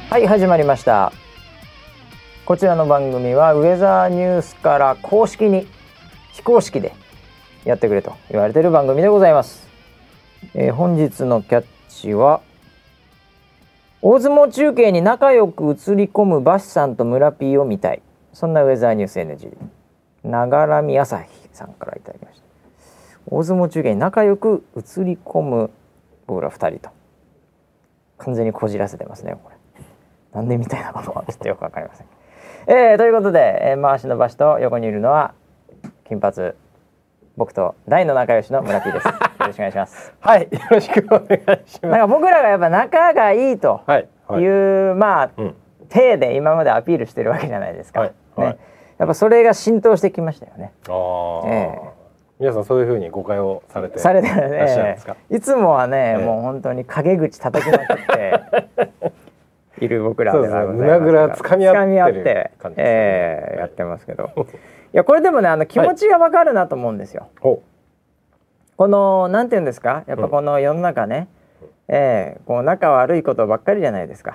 はい、始まりました。こちらの番組はウェザーニュースから公式に非公式でやってくれと言われている番組でございます。本日のキャッチは、大相撲中継に仲良く映り込むバシさんと村 P を見たい、そんなウェザーニュース NG ながらみ朝日さんからいただきました。大相撲中継に仲良く映り込む僕ら2人と、完全にこじらせてますねこれ。なんでみたいなことはちょっとよくわかりません。ということで、回しのバシと横にいるのは金髪、僕と大の仲良しの村 P です。よろしくお願いします。 はい、よろしくお願いします。 なんか僕らがやっぱ仲がいいという、 はいまあ、体で今までアピールしてるわけじゃないですか、 はいはい、 ね、やっぱそれが浸透してきましたよね。 皆さんそういう風に誤解をされてるね。 らっしゃるんですか？ いつもはね、もう本当に陰口叩きまくっている僕らではございます。 胸ぐらつかみ合って感じですね。やってますけど、いやこれでもね、気持ちがわかるなと思うんですよ。このなんていうんですか、やっぱこの世の中ね、こう仲悪いことばっかりじゃないですか。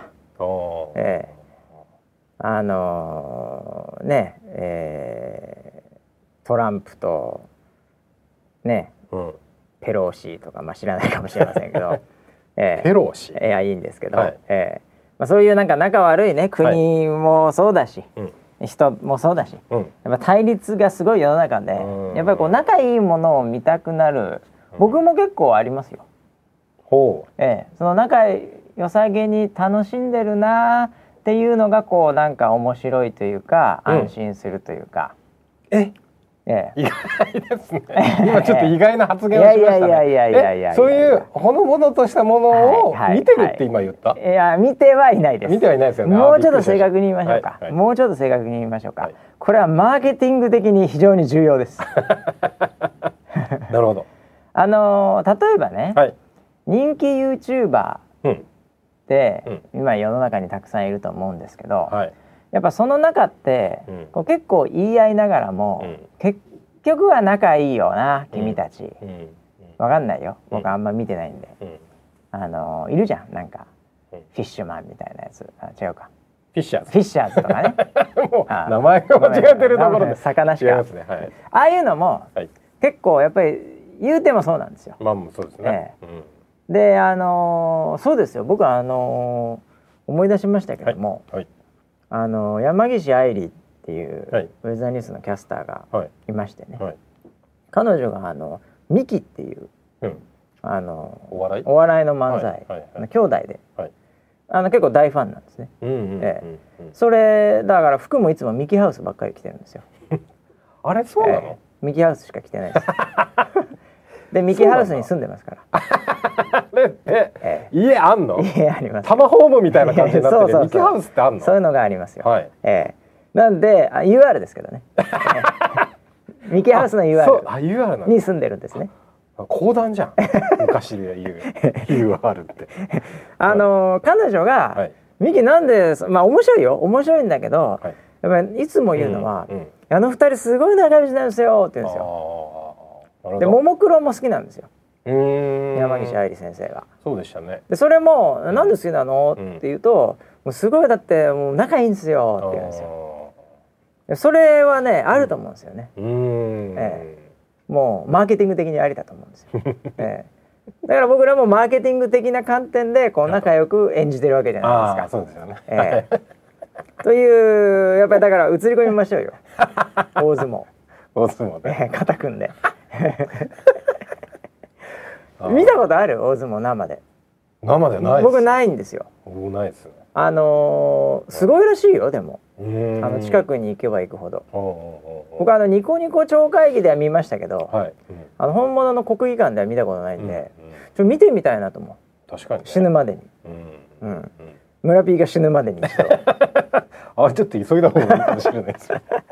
トランプとね、ペローシとか、知らないかもしれませんけど、 ペローシいやいいんですけど、そういうなんか仲悪いね国もそうだし、人もそうだし、やっぱ対立がすごい世の中で、やっぱりこう仲いいものを見たくなる、僕も結構ありますよ。その仲良さげに楽しんでるなっていうのがこうなんか面白いというか、安心するというか。 意外ですね。今ちょっと意外な発言をしましたね。そういうほのぼのとしたものを見てるって今言った？ いや見てはいないです。 見てはいないですよね。 もうちょっと正確に言いましょうか。もうちょっと正確に言いましょうか。これはマーケティング的に非常に重要です。 なるほど。 例えばね、人気 YouTuber って今世の中にたくさんいると思うんですけど、やっぱその中って、こう結構言い合いながらも、結局は仲いいよな君たち、わかんないよ、僕あんま見てないんで、いるじゃん、なんかフィッシュマンみたいなやつ、違うか、 フィッシャーズとかねもう名前が間違ってるところで魚しか、ああいうのも結構やっぱり言うてもそうなんですよ。 そうですね。 でそうですよ、僕は思い出しましたけども、山岸愛理っていうウェザーニュースのキャスターがいましてね、彼女がミキっていうお笑いの漫才兄弟で結構大ファンなんですね。それだから服もいつもミキハウスばっかり着てるんですよ。 あれそうなの？ ミキハウスしか着てないです。でミキハウスに住んでますから。 家あんの？ 家あります。 タマホームみたいな感じになってる。ミキハウスってあんの？ そういうのがありますよ。なんでUR ですけどね。ミキハウスの UR に住んでるんですね。 講談じゃん。昔で言う UR って。 彼女がミキなんで面白いよ、面白いんだけど、やっぱりいつも言うのはあの二人すごい仲良しなんですよって言うんですよ。でももクロも好きなんですよ。山岸愛理先生が。 そうでしたね。 でそれもなんで好きなのって言うと、もうすごいだってもう仲いいんですよって言うんですよ。それはねあると思うんですよね。もうマーケティング的にありだと思うんですよ。だから僕らもマーケティング的な観点でこう仲良く演じてるわけじゃないですか。 そうですよね。 というやっぱりだから映り込みましょうよ。大相撲で肩組んで。見たことある？大相撲生で。 生でないです。 僕ないんですよ。 僕ないですね。 すごいらしいよ。でも近くに行けば行くほど。僕ニコニコ超会議では見ましたけど、本物の国技館では見たことないんで、ちょっと見てみたいなと思う。 確かに、 死ぬまでに。村 P が死ぬまでにちょっと急いだ方がいいかもしれないです。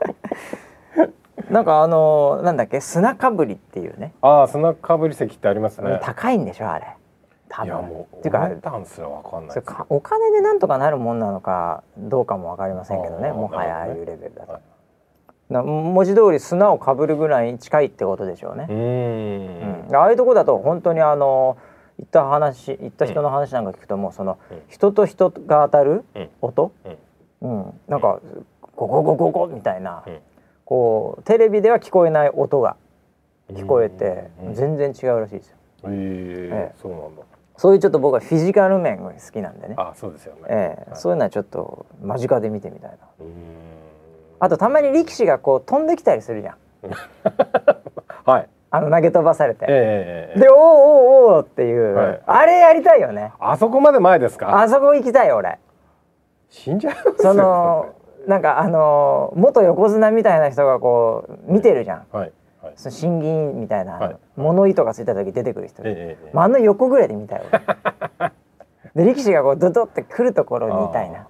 なんかなんだっけ、砂かぶりっていうね。 砂かぶり席ってありますね。 高いんでしょあれ。 いやもうっていうかダンスは分かんないです。 お金でなんとかなるもんなのかどうかも分かりませんけどね。もはやああいうレベルだと。文字通り砂をかぶるぐらい近いってことでしょうね。ああいうとこだと本当に行った人の話なんか聞くともうその人と人が当たる音、なんかゴゴゴゴゴみたいな、こうテレビでは聞こえない音が聞こえて全然違うらしいですよ。 そうなんだ。 そういうちょっと僕はフィジカル面が好きなんでね。 そうですよね。 そういうのはちょっと間近で見てみたいな。あとたまに力士がこう飛んできたりするじゃん。 はい。 投げ飛ばされて、 でおーおーおーっていう、あれやりたいよね。 あそこまで前ですか？ あそこ行きたいよ俺。 死んじゃいますよ。 なんか元横綱みたいな人がこう見てるじゃん。その審議員みたいな、物糸がついた時出てくる人、あの横ぐらいで見たいよ。で力士がこうドドって来るところにいたいな。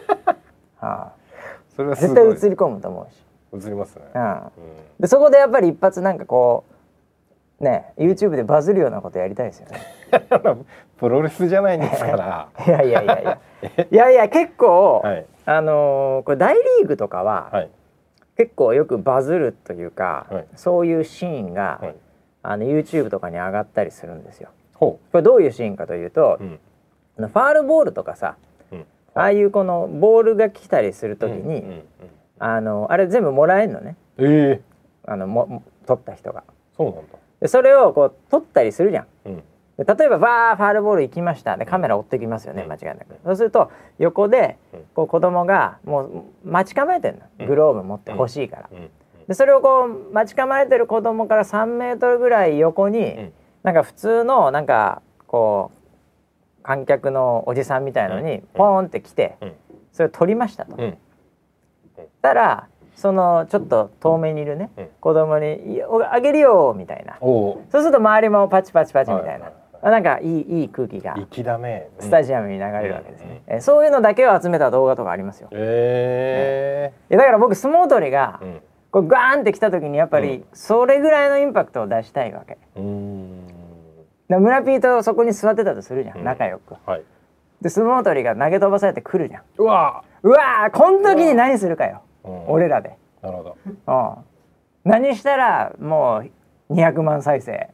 それは絶対映り込むと思うし。 映りますね。 でそこでやっぱり一発なんかこうね YouTube でバズるようなことやりたいですよね。 プロレスじゃないんですから。 いや結構、これ大リーグとかは、結構よくバズるというか、そういうシーンが、YouTube とかに上がったりするんですよ。これどういうシーンかというと、ファールボールとかさ、ああいうこのボールが来たりするときに、あれ全部もらえんのね。取った人が。 そうなんだ。でそれをこう取ったりするじゃん。で例えばバーファールボール行きましたでカメラ追ってきますよね、間違いなく。そうすると横でこう子供がもう待ち構えてるの、グローブ持って欲しいから。でそれをこう待ち構えてる子供から3メートルぐらい横に、なんか普通のなんかこう観客のおじさんみたいのにポーンって来て、それを取りましたと。たらそのちょっと遠目にいるね、子供に「あげるよ」みたいな。そうすると周りもパチパチパチみたいな、なんかいい空気がスタジアムに流れるわけですね。そういうのだけを集めた動画とかありますよ。だから僕相撲取りがこうガーンって来た時にやっぱりそれぐらいのインパクトを出したいわけ。村ピーとそこに座ってたとするじゃん、仲良く。で相撲取りが投げ飛ばされてくるじゃん。うわーこん時に何するかよ、俺らで。 なるほど。 何したらもう200万再生。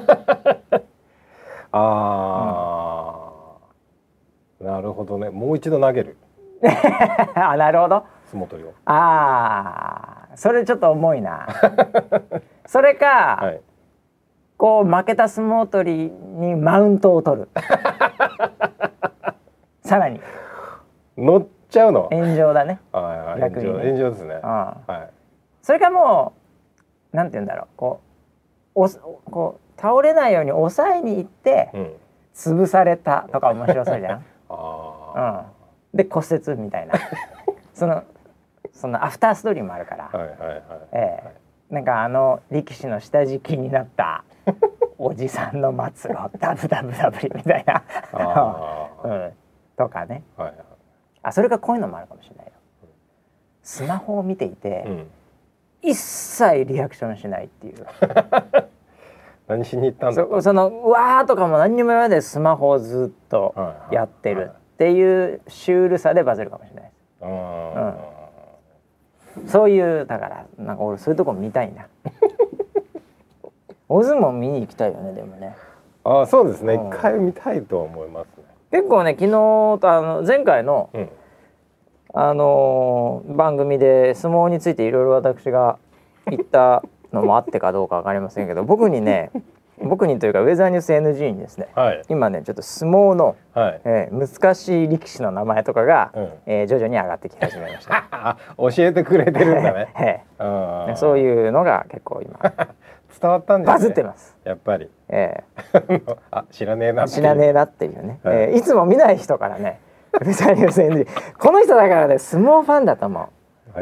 なるほどね。もう一度投げる。 なるほど。 相撲取りを。 それちょっと重いな。それか、こう負けた相撲取りにマウントを取る。さらに乗っちゃうの。 炎上だね。 逆に炎上ですね。 それかもうなんて言うんだろう、こう倒れないように抑えに行って、潰されたとか面白そうじゃん。で骨折みたいな。そのアフターストーリーもあるから。なんか力士の下敷きになったおじさんの末路ダブダブダブリみたいな。とかね。それかこういうのもあるかもしれないよ。スマホを見ていて、一切リアクションしないっていう。 何しに行ったんだ。 そのうわーとかも何にも言わないでスマホをずっとやってるっていうシュールさでバズるかもしれないです。そういうだからなんか俺そういうとこ見たいな。大相撲見に行きたいよねでもね。 そうですね。一回見たいと思いますね。 結構ね昨日と前回の、番組で相撲についていろいろ私が言ったのもあってかどうか分かりませんけど、僕にというかウェザーニュース NG にですね、今ねちょっと相撲の、難しい力士の名前とかが、徐々に上がってき始めました。 教えてくれてるんだね。 そういうのが結構今伝わったんじゃない？ バズってます。 やっぱり。知らねえなっていうね。いつも見ない人からね。ウェザーニュース NG この人だからね相撲ファンだと思う。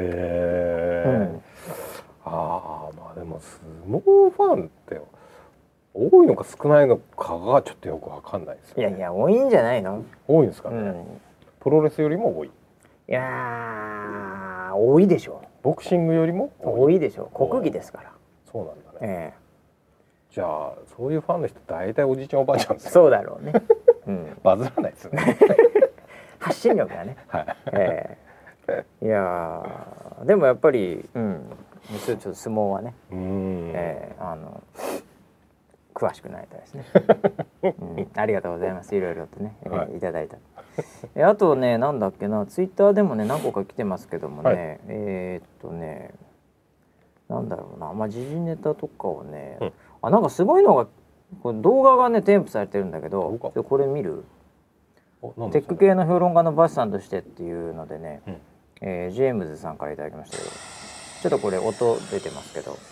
まあでも相撲ファンって多いのか少ないのかがちょっとよくわかんないですよね。 いや多いんじゃないの？ 多いんですかね。プロレスよりも多い。 いや多いでしょ。 ボクシングよりも多いでしょ。国技ですから。 そうなんだね。じゃあそういうファンの人大体おじいちゃんおばあちゃんですよね。 そうだろうね。 バズらないですよね。 発信力がね。いやでもやっぱりちょっと相撲はね、 詳しくなりたいですね、ありがとうございます。いろいろとね、いただいたあとね、なんだっけな、ツイッターでもね何個か来てますけどもね、なんだろうな、時事ネタとかをね、なんかすごいのが、これ動画がね添付されてるんだけど、これ見る？テック系の評論家のバシさんとしてっていうのでね、ジェームズさんからいただきましたけど、ちょっとこれ音出てますけど、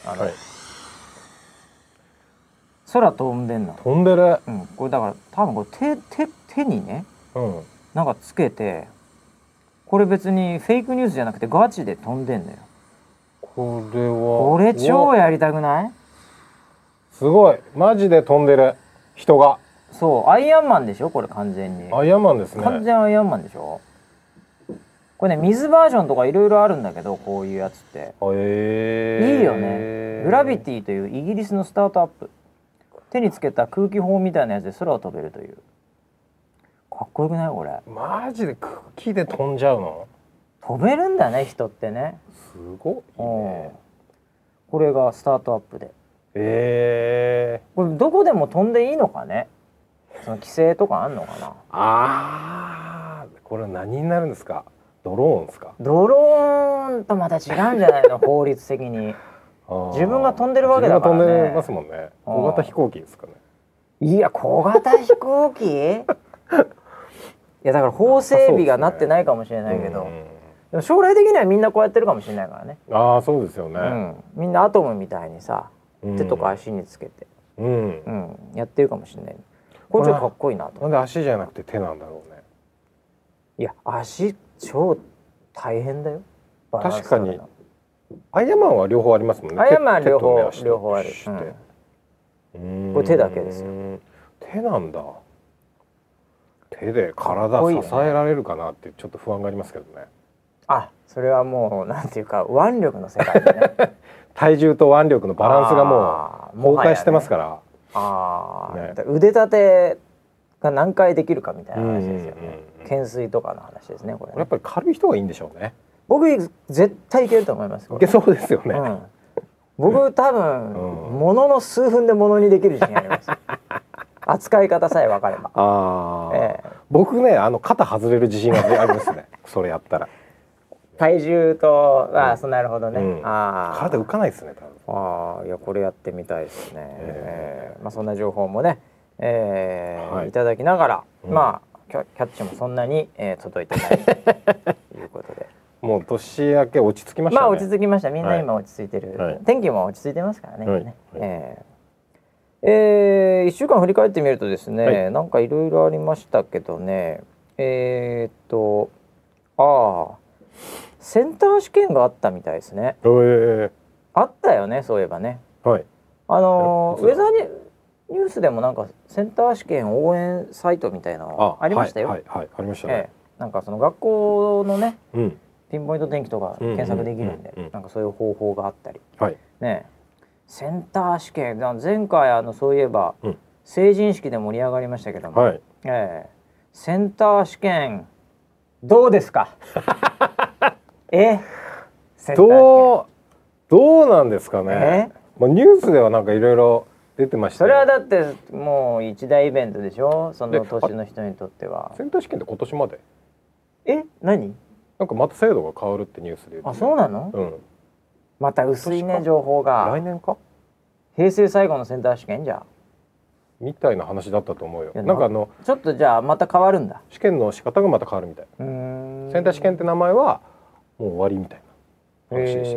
空飛んでんの。 飛んでる。 これだから多分これ手にね、なんかつけて、これ別にフェイクニュースじゃなくてガチで飛んでんのよ。これ超やりたくない？ すごい、マジで飛んでる人が。 そう、アイアンマンでしょこれ、完全にアイアンマンですね。 完全アイアンマンでしょ。これね、水バージョンとかいろいろあるんだけど、こういうやつっていいよね。グラビティというイギリスのスタートアップ、手につけた空気砲みたいなやつで空を飛べるという。かっこよくない？これマジで空気で飛んじゃうの？ 飛べるんだね、人ってね。 すごいね。 これがスタートアップで、これどこでも飛んでいいのかね。その規制とかあんのかな。 これ何になるんですか？ドローンですか？ ドローンとまた違うんじゃないの？法律的に。自分が飛んでるわけだからね。 自分が飛んでますもんね。小型飛行機ですかね。 いや、小型飛行機いや、だから法整備がなってないかもしれないけど、でも将来的にはみんなこうやってるかもしれないからね。 そうですよね、 みんなアトムみたいにさ、手とか足につけて、やってるかもしれない。これちょっとかっこいいなと。 なんで足じゃなくて手なんだろうね。 いや、足超大変だよ。 確かにアイアンマンは両方ありますもんね。 アイアンマン両方ある。これ手だけですよ。 手なんだ。手で体支えられるかなってちょっと不安がありますけどね。 それはもうなんていうか腕力の世界だね。 体重と腕力のバランスがもう崩壊してますから。 腕立てが何回できるかみたいな話ですよね。懸垂とかの話ですね、これ。 やっぱり軽い人がいいんでしょうね。 僕絶対いけると思います。 いけそうですよね。 僕多分ものの数分でものにできる自信あります。扱い方さえ分かれば。 僕ね、肩外れる自信がありますね。それやったら。 体重となるほどね。 体浮かないですね。 いや、これやってみたいですね。そんな情報もね、いただきながら、キャッチもそんなに届いてないということで。 もう年明け落ち着きましたね。 落ち着きました。みんな今落ち着いてる。天気も落ち着いてますからね。1週間振り返ってみるとですね、なんかいろいろありましたけどね、センター試験があったみたいですね。あったよね、そういえばね。ウェザーニュースでもなんかセンター試験応援サイトみたいなのありましたよ。 ありましたね。 なんかその学校のね、ピンポイント天気とか検索できるんで、なんかそういう方法があったり、センター試験、前回そういえば成人式で盛り上がりましたけども、センター試験どうですか？ どうなんですかね。ニュースではなんかいろいろ出てました。 それはだってもう一大イベントでしょ、その年の人にとっては。 センター試験って今年まで？ 何？ なんかまた制度が変わるってニュースで。 そうなの？また薄いね、情報が。 来年か？ 平成最後のセンター試験じゃみたいな話だったと思うよ。なんかちょっとじゃあまた変わるんだ。 試験の仕方がまた変わるみたい。センター試験って名前はもう終わりみたいな話でした。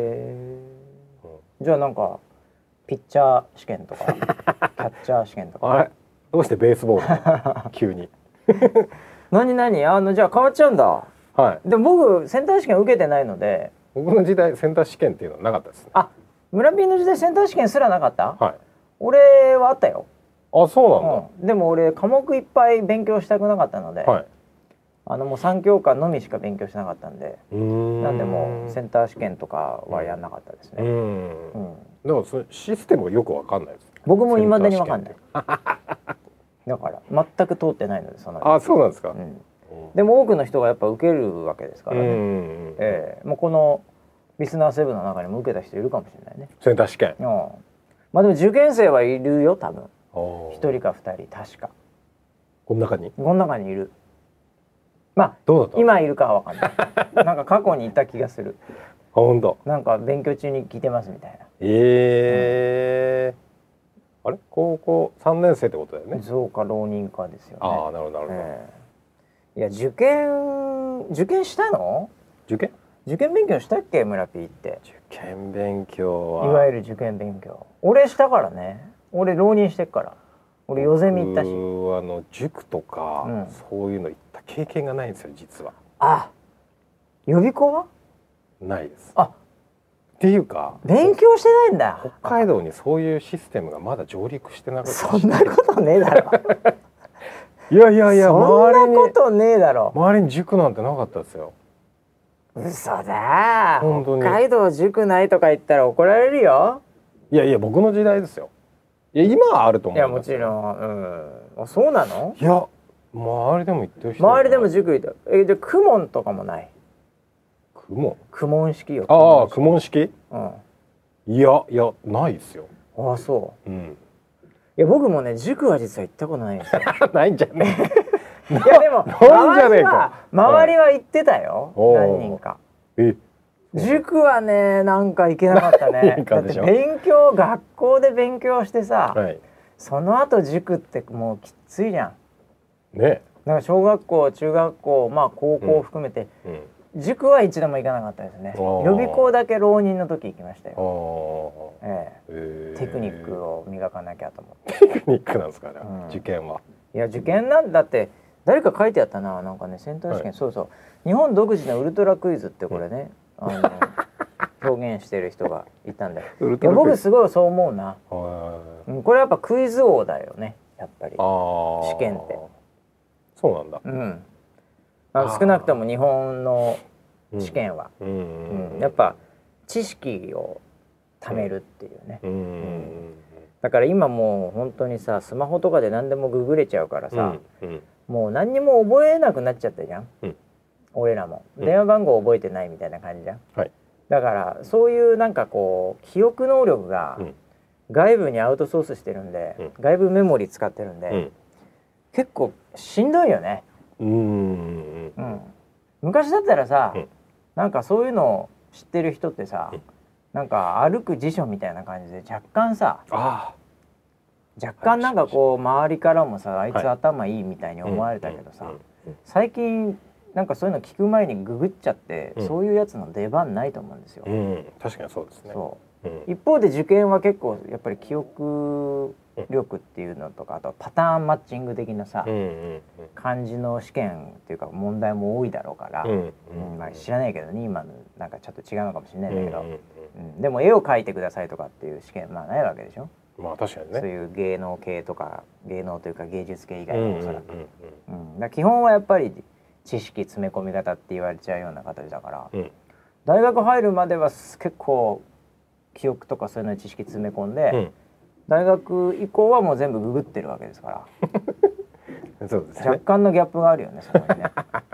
じゃあなんかピッチャー試験とかキャッチャー試験とか。 あれ、どうしてベースボール急に何じゃあ変わっちゃうんだ。でも僕センター試験受けてないので。 僕の時代センター試験っていうのはなかったですね。 村ピンの時代センター試験すらなかった？俺はあったよ。 そうなんだ。でも俺科目いっぱい勉強したくなかったので、もう3教科のみしか勉強しなかったんで、なんでもうセンター試験とかはやんなかったですね。 でもそのシステムがよくわかんないです。 僕も未だにわかんない。だから全く通ってないのでそうなんですか。 でも多くの人がやっぱ受けるわけですからね。もうこのリスナー7の中にも受けた人いるかもしれないね。 センター試験。 でも受験生はいるよ多分。 1人か2人確かこの中にいる。まあどうだった今いるかは分かんないなんか過去にいた気がする。 本当。 なんか勉強中に聞いてますみたいな。 あれ高校3年生ってことだよね。 そうか浪人かですよね。 ああなるほどなるほど。 いや受験したの？受験勉強したっけ村 P って。 受験勉強はいわゆる受験勉強俺したからね。俺浪人してっから。俺ヨゼミ行ったし。 塾とか、そういうの行った経験がないんですよ実は。 あ、予備校はないです。 あ、 っていうか勉強してないんだ。 北海道にそういうシステムがまだ上陸してなかった。 そんなことねえだろいやそんなことねえだろ。 周りに塾なんてなかったですよ。 嘘だ。北海道塾ないとか言ったら怒られるよ。 いや僕の時代ですよ。いや今はあると思う。いやもちろん。あ、そうなの？ いや周りでも言ってる人。 周りでも塾行った。じゃあ公文とかもない？公文式よ。 ああ公文式？いやないですよ。 ああそう。いや僕もね塾は実は行ったことないんですよ。 ないんじゃねえ。いやでも周りは行ってたよ。何人か。塾はねなんか行けなかったね。だって学校で勉強してさ、その後塾ってもうきついじゃん。ね。だから小学校中学校まあ高校含めて、塾は一度も行かなかったですね。予備校だけ浪人の時行きましたよ。テクニックを磨かなきゃと思って。 テクニックなんですかね、受験は。 いや受験なんだって誰か書いてあったな。なんかねセンター試験、そうそう日本独自のウルトラクイズってこれね、表現してる人がいたんだよ。いや僕すごいそう思うな。これやっぱクイズ王だよねやっぱり試験って。 そうなんだ。 少なくとも日本の試験はやっぱ知識を貯めるっていうね。だから今もう本当にさスマホとかで何でもググれちゃうからさ、もう何にも覚えなくなっちゃったじゃん。俺らも電話番号覚えてないみたいな感じじゃん。だからそういうなんかこう記憶能力が外部にアウトソースしてるんで、外部メモリ使ってるんで、結構しんどいよね。昔だったらさ、なんかそういうのを知ってる人ってさ、なんか歩く辞書みたいな感じで若干なんかこう周りからもさあいつ頭いいみたいに思われたけどさ、最近なんかそういうの聞く前にググっちゃって、そういうやつの出番ないと思うんですよ。 確かにそうですね。 一方で受験は結構やっぱり記憶力っていうのとか、あとパターンマッチング的なさ、漢字の試験っていうか問題も多いだろうから、まあ知らないけどね今のなんかちょっと違うのかもしれないんだけど、でも絵を描いてくださいとかっていう試験まあないわけでしょ。 まあ確かにね。 そういう芸能系とか芸能というか芸術系以外のおそらく、だから基本はやっぱり知識詰め込み型って言われちゃうような形だから、大学入るまでは結構記憶とかそういうの知識詰め込んで、大学以降はもう全部ググってるわけですからそうですね、若干のギャップがあるよねそこにね。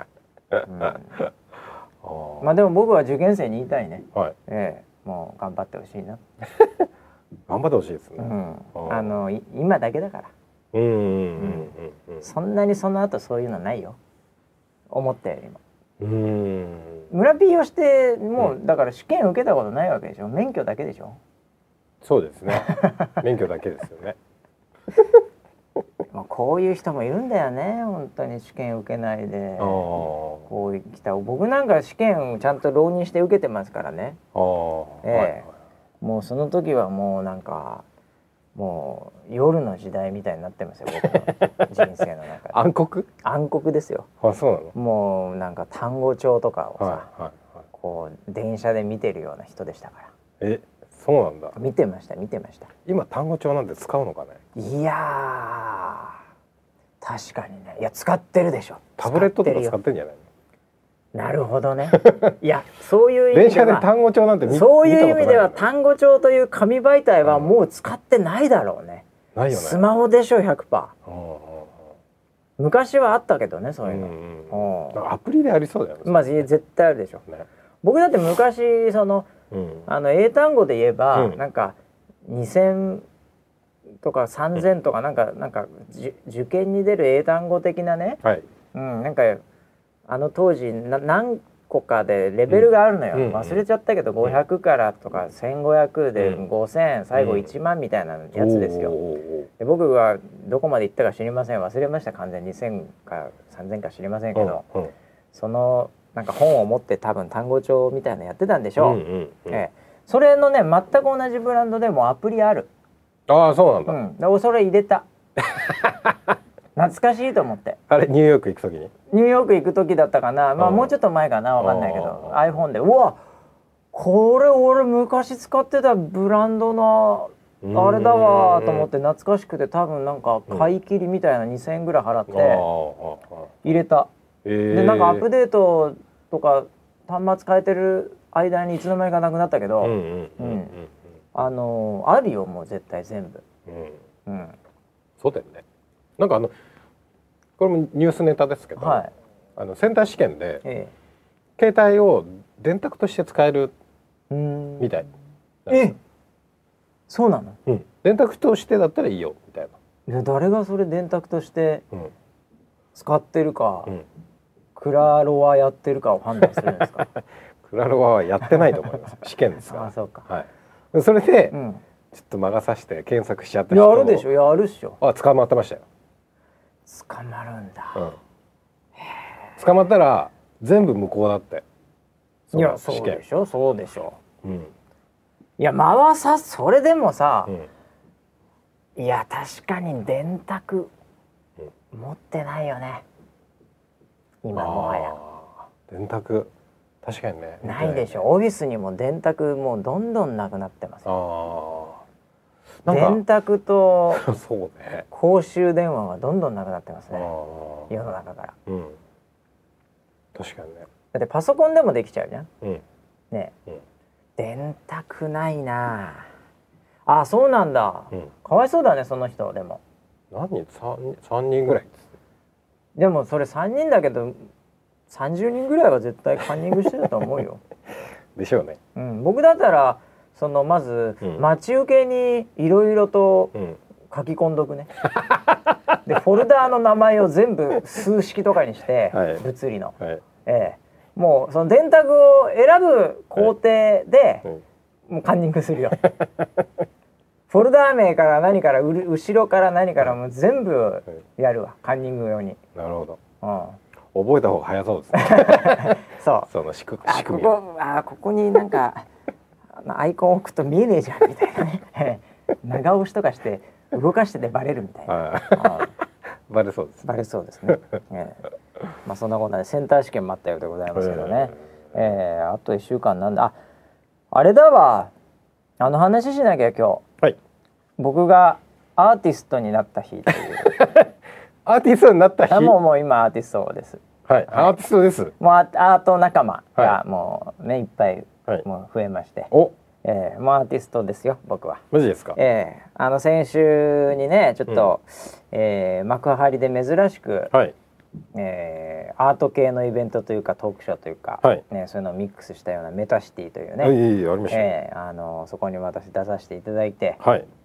まあでも僕は受験生に言いたいね、もう頑張ってほしいな頑張ってほしいですね、 今だけだから、そんなにその後そういうのないよ思ったよりも。村 P をしてもうだから試験受けたことないわけでしょ。免許だけでしょ。 そうですね免許だけですよねこういう人もいるんだよね本当に試験受けないでこう来た。僕なんか試験ちゃんと浪人して受けてますからね。もうその時はもうなんかもう夜の時代みたいになってますよ僕の人生の中で。暗黒ですよ。 そうなの。 もうなんか単語帳とかをさ、こう電車で見てるような人でしたから。 そうなんだ。 見てました。 今単語帳なんて使うのかね。 いや確かにね。いや使ってるでしょ。 タブレットとか使ってんじゃないの。 なるほどね。いやそういう意味では電車で単語帳なんてそういう意味では単語帳という紙媒体はもう使ってないだろうね。 ないよね。 スマホでしょ 100%。昔はあったけどねそういうの。 アプリでありそうだよね。 まあ絶対あるでしょ。僕だって昔その英単語で言えばなんか2000 とか3000とかなんか受験に出る英単語的なね、 はい、 なんか当時何個かでレベルがあるのよ、忘れちゃったけど500からとか1500で5000、最後1万みたいなやつですよ。で僕はどこまで行ったか知りません、忘れました、完全に2000か3000か知りませんけど、そのなんか本を持って多分単語帳みたいなのやってたんでしょう。それのね全く同じブランドでもアプリある。 ああそうなんだ。 でそれ入れた懐かしいと思って。 あれニューヨーク行く時に？ニューヨーク行く時だったかな、もうちょっと前かな、わかんないけど iPhone でうわこれ俺昔使ってたブランドのあれだわと思って懐かしくて、多分なんか買い切りみたいな2000円ぐらい払って入れた。でなんかアップデートとか端末変えてる間にいつの間にかなくなったけど、あるよもう絶対全部。 そうだよね。なんかこれもニュースネタですけど、センター試験で、携帯を電卓として使えるみたい。 そうなの？ 電卓としてだったらいいよみたいな。 いや誰がそれ電卓として使ってるか、クラロワやってるかを判断するんですか？ クラロワはやってないと思います。試験ですから。 そうか。 はい。それで、ちょっと魔が差して検索しちゃった人も。 やるでしょ、やるっしょ。 捕まってましたよ。 捕まるんだ。 捕まったら全部無効だって。 いやそうでしょ、そうでしょ。いや魔はさ、それでもさ、いや確かに電卓持ってないよね。今もはや。 電卓確かにね。 ないでしょ。オフィスにも電卓もうどんどんなくなってますよ。電卓と公衆電話はどんどんなくなってますね。世の中から。 確かにね。 だってパソコンでもできちゃうじゃん。ね。電卓ないなあ。そうなんだ。かわいそうだねその人。でも何人？3人ぐらい。 でもそれ3人だけど30人ぐらいは絶対カンニングしてたと思うよ。 でしょうね。 僕だったらまず待ち受けにいろいろと書き込んどくね。でフォルダーの名前を全部数式とかにして、物理の、もうその電卓を選ぶ工程で、もうカンニングするよ。フォルダー名から何から後ろから何からもう全部やるわ、カンニング用に。 なるほど。覚えた方が早そうですね。その仕組み。 ここになんかアイコン置くと見えねえじゃんみたいなね。長押しとかして動かしててバレるみたいな。 バレそうです。 バレそうですね。まあそんなことでセンター試験待ったようでございますけどね。あと1週間なんだ。あれだわ。話しなきゃ今日。僕がアーティストになった日という。 アーティストになった日。 もう今アーティストです。 アーティストです。 もうアート仲間がもうねいっぱいもう増えまして。もうアーティストですよ僕は。 マジですか？ 先週にねちょっと、幕張で珍しく、アート系のイベントというかトークショーというか、そういうのをミックスしたようなメタシティというね、 ありました、 そこに私出させていただいて、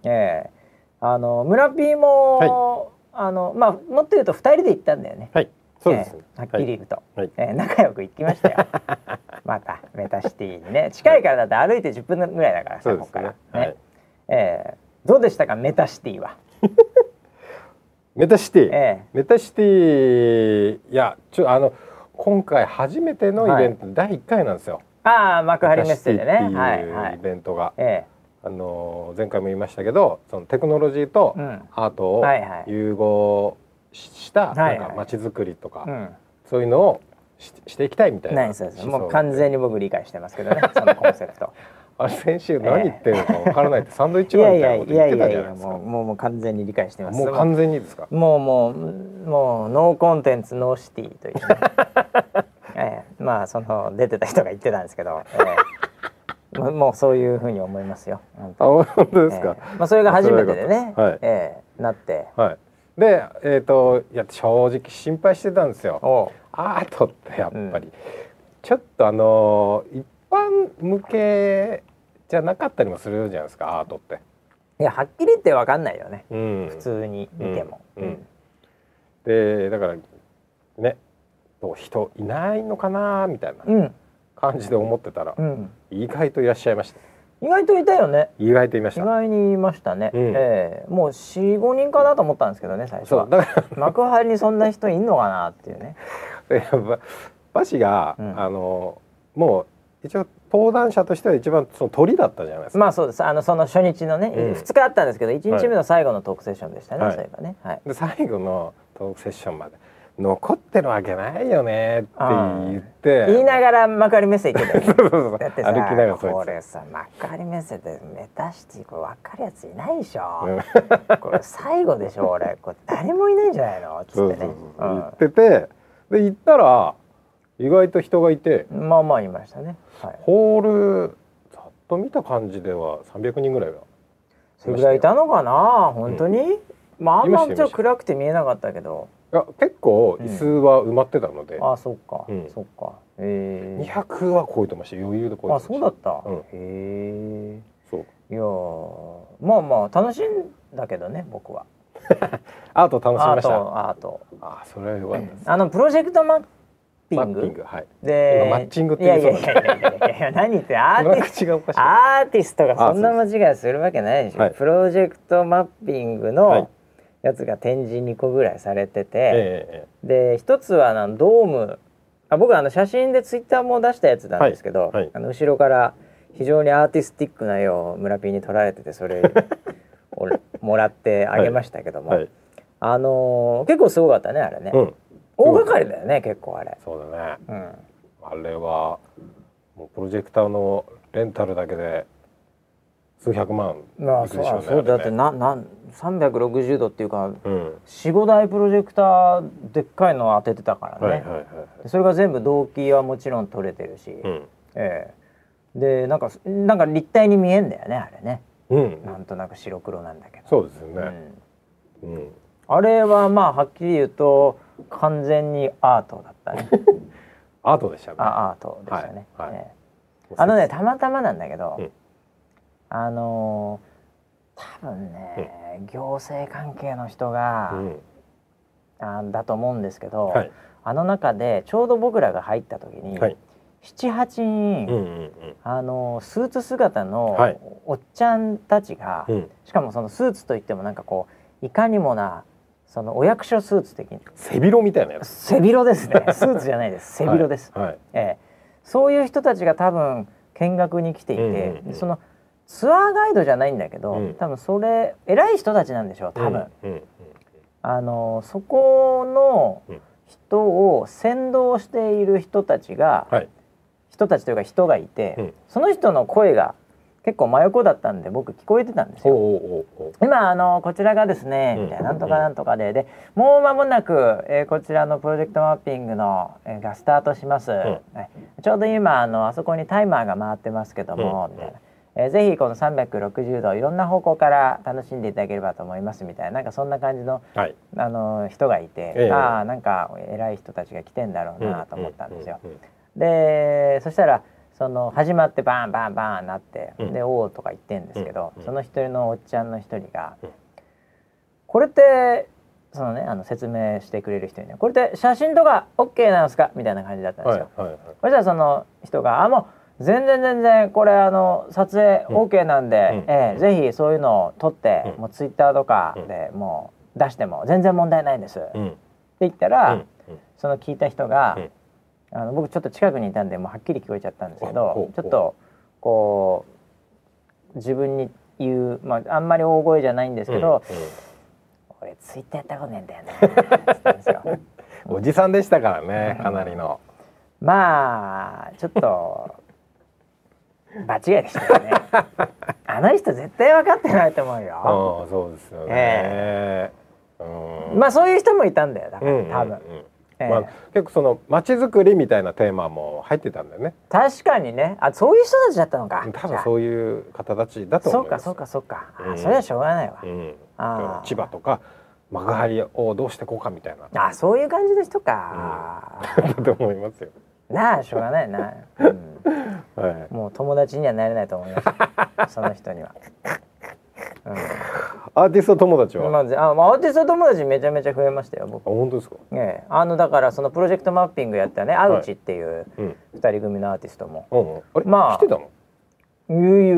村 P も、もっと言うと2人で行ったんだよね。 そうです、 はっきり言うと、仲良く行きましたよ。またメタシティにね近いからだって歩いて10分ぐらいだからさ、ここからね。どうでしたかメタシティは？ メタシティ、メタシティ、いや今回初めてのイベント、第1回なんですよ。 幕張メッセでねイベントが、前回も言いましたけど、そのテクノロジーとアートを融合したなんか街づくりとか、そういうのをしていきたいみたいな。 もう完全に僕理解してますけどね、そのコンセプト。 先週何言ってるのかわからないってサンドイッチマンみたいなこと言ってたじゃないですか。 もう完全に理解してます。 もう完全にですか？ もうノーコンテンツノーシティというね。まあ出てた人が言ってたんですけど、もうそういうふうに思いますよ。 本当ですか？ それが初めてでね、なって。 で、いや正直心配してたんですよ。アートってやっぱり、ちょっと一般向けじゃなかったりもするじゃないですか、アートって。 いやはっきり言って分かんないよね、普通に見ても。 でだからね人いないのかなみたいな感じで思ってたら、意外といらっしゃいました。 意外といたよね。 意外といました。 意外にいましたね。もう4、5人かなと思ったんですけどね最初は。だから幕張にそんな人いんのかなっていうね。 バシが、もう一応登壇者としては一番その鳥だったじゃないですか。 まあそうです。その初日のね、2日あったんですけど1日目の最後のトークセッションでしたね。それがね。 で最後のトークセッションまで残ってるわけないよねって言って言いながら幕張メッセ行ってたよ。だってさ、 歩きながらこれさ幕張メッセでメタシティこれ分かるやついないでしょ。これ最後でしょ俺。これ誰もいないんじゃないのっつってね。 言っててで行ったら意外と人がいて、 まあまあいましたね。 ホールざっと見た感じでは300人ぐらいはそれぐらいいたのかな本当に。まああんまちょっと暗くて見えなかったけど。 いや結構椅子は埋まってたので、 あ、そっか、そっか。 200は超えてました。余裕で超えてました。 あ、そうだった。へえ。そう。いやまあまあ楽しいんだけどね僕は。 アート楽しみました。 アート。 あ、それは良かったです。 プロジェクトマッピング。 はい。 で、 マッチングっていう。 いや何言ってアーティストがそんな間違いするわけないでしょ。プロジェクトマッピングのやつが展示2個ぐらいされてて、で一つはドーム、僕は写真でツイッターも出したやつなんですけど、後ろから非常にアーティスティックな絵を村Pに撮られててそれをもらってあげましたけども、結構すごかったねあれね。大掛かりだよね結構あれ。 そうだね。あれはもうプロジェクターのレンタルだけで数百万いくでしょうね。 そうだって360度っていうか、4、5台プロジェクターでっかいのを当ててたからね。それが全部同期はもちろん撮れてるし、でなんか立体に見えんだよねあれね。なんとなく白黒なんだけど。 そうですよね。 あれはまあはっきり言うと完全にアートだったね。 アートでしたね。 アートでしたね。たまたまなんだけど、多分ね、行政関係の人が、だと思うんですけど、あの中でちょうど僕らが入った時に、7、8人、スーツ姿のおっちゃんたちが、しかもそのスーツといってもなんかこういかにもなそのお役所スーツ的に背広みたいなやつ。 背広ですね。スーツじゃないです。背広です。そういう人たちが多分見学に来ていて、そのツアーガイドじゃないんだけど、多分それ偉い人たちなんでしょう多分。そこの人を先導している人たちが、人たちというか人がいて、その人の声が結構真横だったんで僕聞こえてたんですよ。今こちらがですねみたいななんとかなんとかでもう間もなく、こちらのプロジェクトマッピングの、がスタートします、ちょうど今あそこにタイマーが回ってますけども、みたいな、ぜひこの360度いろんな方向から楽しんでいただければと思いますみたいななんかそんな感じの、人がいて、なんか偉い人たちが来てんだろうなと思ったんですよ。でそしたらその始まってバンバンバンなって、で「おー」とか言ってんですけど、その一人のおっちゃんの一人が「これってそのね説明してくれる人にねこれって写真とか OK なんですか?」みたいな感じだったんですよ。そしたらその人が「もう全然これ撮影 OK なんで、ぜひそういうのを撮って、もうツイッターとかでもう出しても全然問題ないです」って言ったら、その聞いた人が僕ちょっと近くにいたんでもうはっきり聞こえちゃったんですけど、ちょっとこう自分に言う、あんまり大声じゃないんですけど「俺ツイッターやったことねえんだよね」って言ったんですよ。 おじさんでしたからね、かなりの。 まあちょっと場違いでしたよね。あの人絶対分かってないと思うよ。 そうですよね。 まあそういう人もいたんだよだから多分。 結構その街づくりみたいなテーマも入ってたんだよね。 確かにね。そういう人たちだったのか。 多分そういう方たちだと思います。 そうか。それはしょうがないわ。千葉とか幕張をどうしてこうかみたいな。 そういう感じの人か。 だと思いますよ。 しょうがないな。もう友達にはなれないと思います。その人には。 アーティスト友達は、 アーティスト友達めちゃめちゃ増えましたよ僕。 本当ですか？ だからそのプロジェクトマッピングやったね、アウチっていう2人組のアーティストも、 来てたの？ 来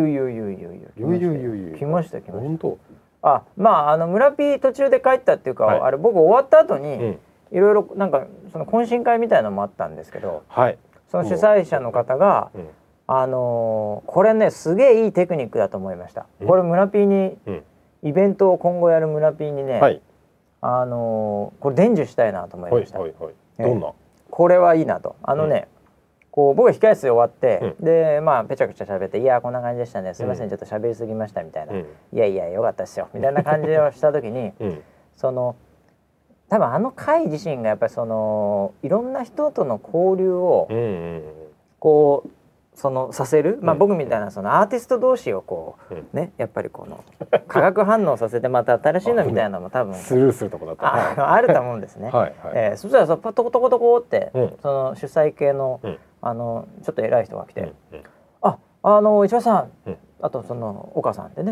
ました。 本当？ 村 P 途中で帰ったっていうか、あれ僕終わった後にいろいろなんかその懇親会みたいなのもあったんですけど、その主催者の方がこれねすげえいいテクニックだと思いました。これ村 P にイベントを今後やる村 P にね、これ伝授したいなと思いました。どんな？ これはいいなと。こう僕は控え室で終わって、でペチャクチャ喋って「いやこんな感じでしたね、すいませんちょっと喋りすぎました」みたいな「いやいやよかったっすよ」みたいな感じをした時に、その多分会自身がやっぱりそのいろんな人との交流をこうさせる、僕みたいなそのアーティスト同士をこうねやっぱりこの化学反応させてまた新しいのみたいなのも多分スルーするとこだったあると思うんですね。そしたらトコトコトコってその主催系のちょっと偉い人が来て「石橋さん」あとその岡さんってね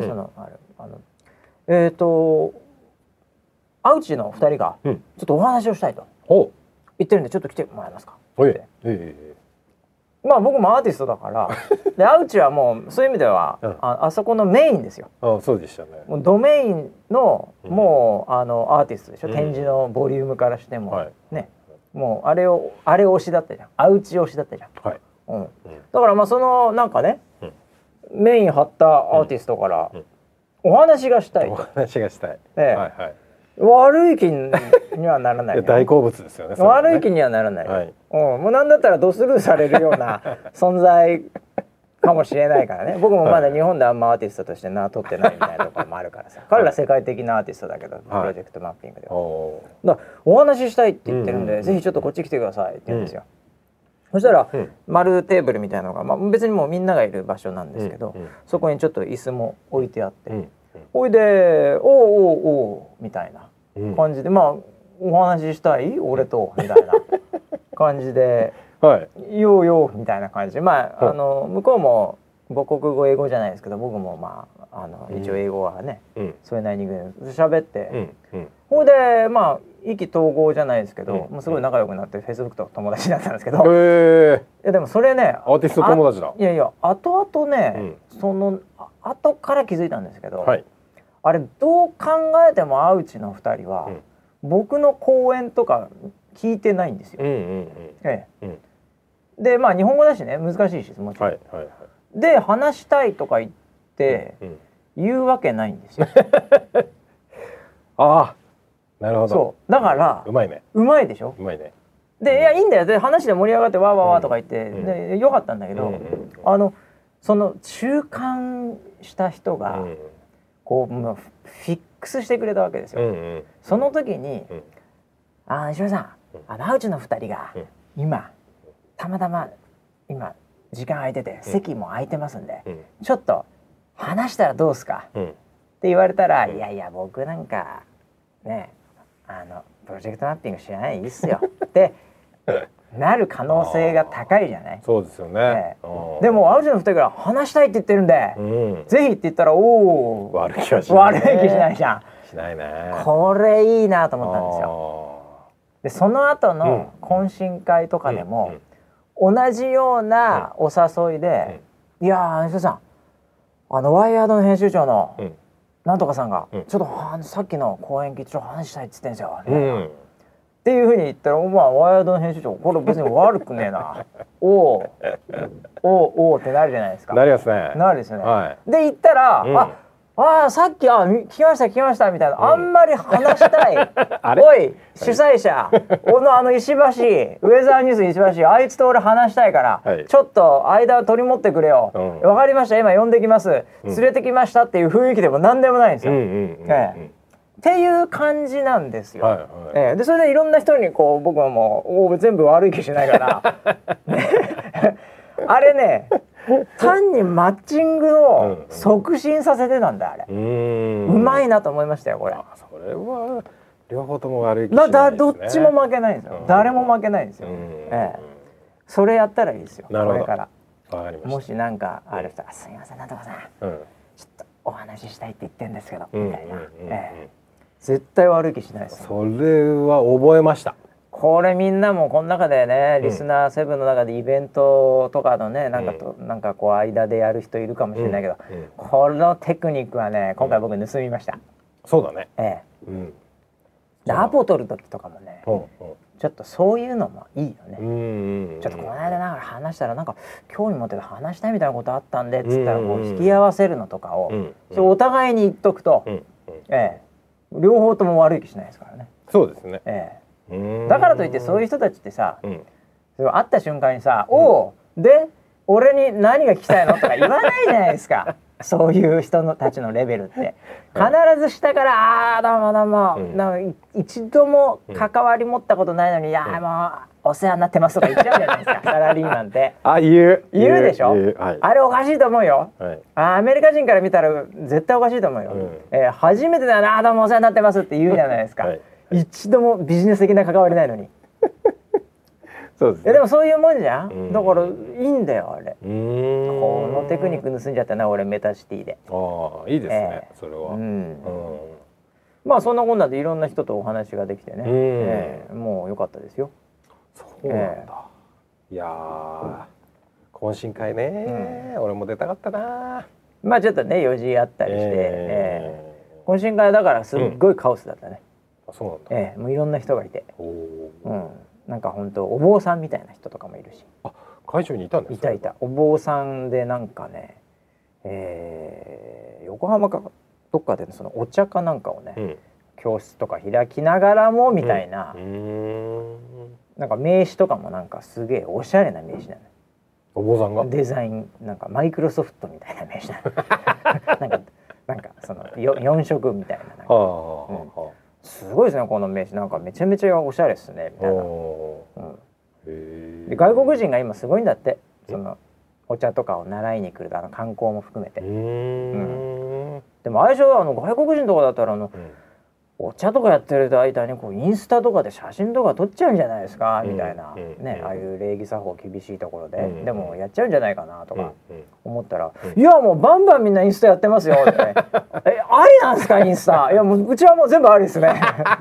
アウチの2人がちょっとお話をしたいと言ってるんでちょっと来てもらえますかって。僕もアーティストだからでアウチはもうそういう意味ではあそこのメインですよ。 そうでしたね。 もうドメインのもうアーティストでしょ。展示のボリュームからしてもね、もうあれ推しだったじゃん。アウチ推しだったじゃん。だからそのなんかねメイン張ったアーティストからお話がしたい。 お話がしたい。 悪い気にはならない、 大好物ですよね。 悪い気にはならない。もうなんだったらドスルーされるような存在かもしれないからね。僕もまだ日本であんまアーティストとして名取ってないみたいなところもあるからさ。彼ら世界的なアーティストだけど、プロジェクトマッピングでは。だからお話ししたいって言ってるんで、ぜひちょっとこっち来てくださいって言うんですよ。そしたら丸テーブルみたいなのが、別にもうみんながいる場所なんですけど、そこにちょっと椅子も置いてあって。ほいで「おう」みたいな感じでお話ししたい俺とみたいな感じで「ようよう」みたいな感じで向こうも母国語英語じゃないですけど僕も一応英語はねそれなりに喋ってほいで意気投合じゃないですけどもうすごい仲良くなってフェイスブックと友達になったんですけど、いやでもそれねアーティスト友達だ。 いや後々ねその後から気づいたんですけど、あれどう考えてもアウチの2人は僕の講演とか聞いてないんですよ。で日本語だしね難しいしもちろん。で話したいとか言って言うわけないんですよ。 なるほど。 そうだからうまいね。 うまいでしょ。 うまいね。 でいやいいんだよ。で話で盛り上がってわーわーわーとか言ってでよかったんだけどその中間した人がこうフィックスしてくれたわけですよ。その時に石橋さんアウチの2人が今たまたま今時間空いてて席も空いてますんでちょっと話したらどうすかって言われたらいやいや僕なんかねプロジェクトマッピング知らないでいいっすよってなる可能性が高いじゃない。 そうですよね。 でもアウチの2人から話したいって言ってるんでぜひって言ったら悪い気しないじゃん。 しないね。 これいいなと思ったんですよ。でその後の懇親会とかでも同じようなお誘いで「いや石田さんワイヤードの編集長のなんとかさんがちょっとさっきの講演聞いてちょっと話したい」っつってんですよ。っていうふうに言ったらワイヤードの編集長これ別に悪くねえなおーってなるじゃないですか。 なりますね。 なるですよね。で言ったらさっき聞きましたみたいなあんまり話したいおい主催者石橋ウェザーニュース石橋あいつと俺話したいからちょっと間を取り持ってくれよわかりました今呼んできます連れてきましたっていう雰囲気でも何でもないんですよ。っていう感じなんですよ。でそれでいろんな人にこう僕はもう全部悪い気しないからあれね単にマッチングを促進させてたんだあれ。うまいなと思いましたよこれ。 それは両方とも悪い気しないですね。 どっちも負けないんですよ。誰も負けないんですよ。それやったらいいですよこれから。もしなんかある人すいませんなんとかさんちょっとお話ししたいって言ってるんですけど、みたいな、絶対悪い気しないです。 それは覚えました。 これみんなもこの中でね、リスナー7の中でイベントとかのね、なんかこう間でやる人いるかもしれないけど、このテクニックはね、今回僕盗みました。 そうだね。 アポ取る時とかもね、ちょっとそういうのもいいよね。ちょっとこの間ながら話したらなんか興味持ってて話したいみたいなことあったんでっつったらこう引き合わせるのとかをそうお互いに言っとくと、両方とも悪い気しないですからね。 そうですね。 だからといってそういう人たちってさ、会った瞬間にさ「おうで俺に何が聞きたいの?」とか言わないじゃないですか。そういう人たちのレベルって必ず下から「ああどうもどうも、一度も関わり持ったことないのに、いやもうお世話になってます」とか言っちゃうじゃないですか、サラリーマンって。言うでしょ。あれおかしいと思うよ。アメリカ人から見たら絶対おかしいと思うよ。初めてだよな、どうもお世話になってますって言うじゃないですか。一度もビジネス的な関わりないのに。 そうです、 でもそういうもんじゃん。だからいいんだよあれ。このテクニック盗んじゃったな俺、メタシティで。 いいですね、それは。 まあそんなこんなでいろんな人とお話ができてね、もう良かったですよ。 そうなんだ。いや懇親会ね、俺も出たかったな。 まあちょっとね用事あったりして、懇親会だからすっごいカオスだったね。 そうなんだ。 もういろんな人がいて、なんか本当お坊さんみたいな人とかもいるし。 会場にいたんですか。 いたお坊さんでなんかね、横浜かどっかでそのお茶かなんかをね、教室とか開きながらもみたいな、なんか名刺とかもなんかすげえおしゃれな名刺なの。 お坊さんがデザインなんかマイクロソフトみたいな名刺なの。なんかその4色みたいな。すごいですねこの名刺、なんかめちゃめちゃおしゃれですねみたいな。で外国人が今すごいんだって、そのお茶とかを習いに来る観光も含めて。でも相性は外国人とかだったらお茶とかやってる間にこうインスタとかで写真とか撮っちゃうんじゃないですかみたいなね、ああいう礼儀作法厳しいところで、でもやっちゃうんじゃないかなとか思ったら、いやもうバンバンみんなインスタやってますよってね。ありなんですかインスタ。いやもううちはもう全部ありですね。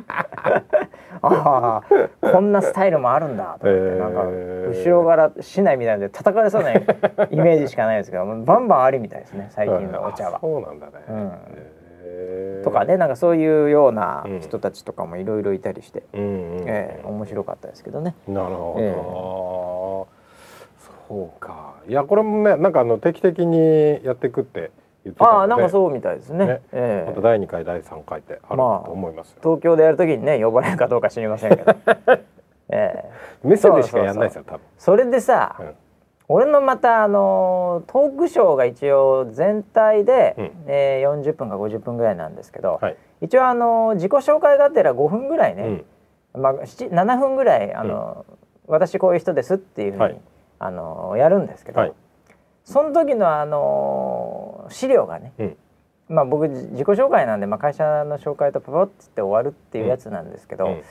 ああこんなスタイルもあるんだと思って、なんか後ろから市内みたいなので叩かれそうなイメージしかないですけど、バンバンありみたいですね最近のお茶は。 そうなんだね。 とかね、なんかそういうような人たちとかもいろいろいたりして、面白かったですけどね。 なるほど、そうか。いやこれもねなんか定期的にやっていくって言ってたので、 なんかそうみたいですね。 また第2回第3回ってあると思いますよ。 東京でやるときにね呼ばれるかどうか知りませんけど。 メッセージしかやんないですよ多分。 それでさ、俺のまたトークショーが一応全体で、40分か50分ぐらいなんですけど、一応自己紹介がてら5分ぐらいね、7分ぐらい私こういう人ですっていうふうに、やるんですけど、その時の資料がね、僕自己紹介なんで、会社の紹介とパパッつって終わるっていうやつなんですけど、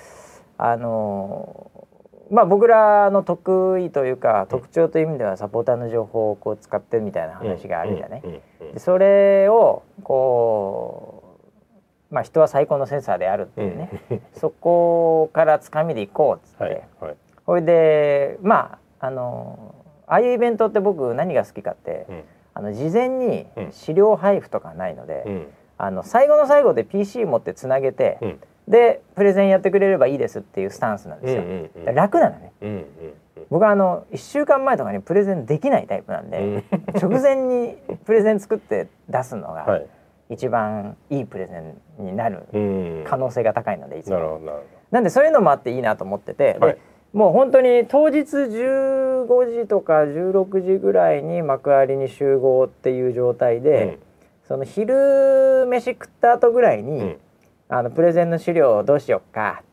僕らの得意というか特徴という意味ではサポーターの情報をこう使ってみたいな話があるじゃない。でそれをこう、人は最高のセンサーであるっていうね、そこからつかみでいこうっつって、それでああいうイベントって僕何が好きかって、事前に資料配布とかないので、最後の最後で PC 持ってつなげて、でプレゼンやってくれればいいですっていうスタンスなんですよ。楽なのね。僕は1週間前とかにプレゼンできないタイプなんで、直前にプレゼン作って出すのが一番いいプレゼンになる可能性が高いので、いつも。なんでそういうのもあっていいなと思ってて、でもう本当に当日15時とか16時ぐらいに幕張に集合っていう状態で、その昼飯食った後ぐらいに、プレゼンの資料をどうしよっかって、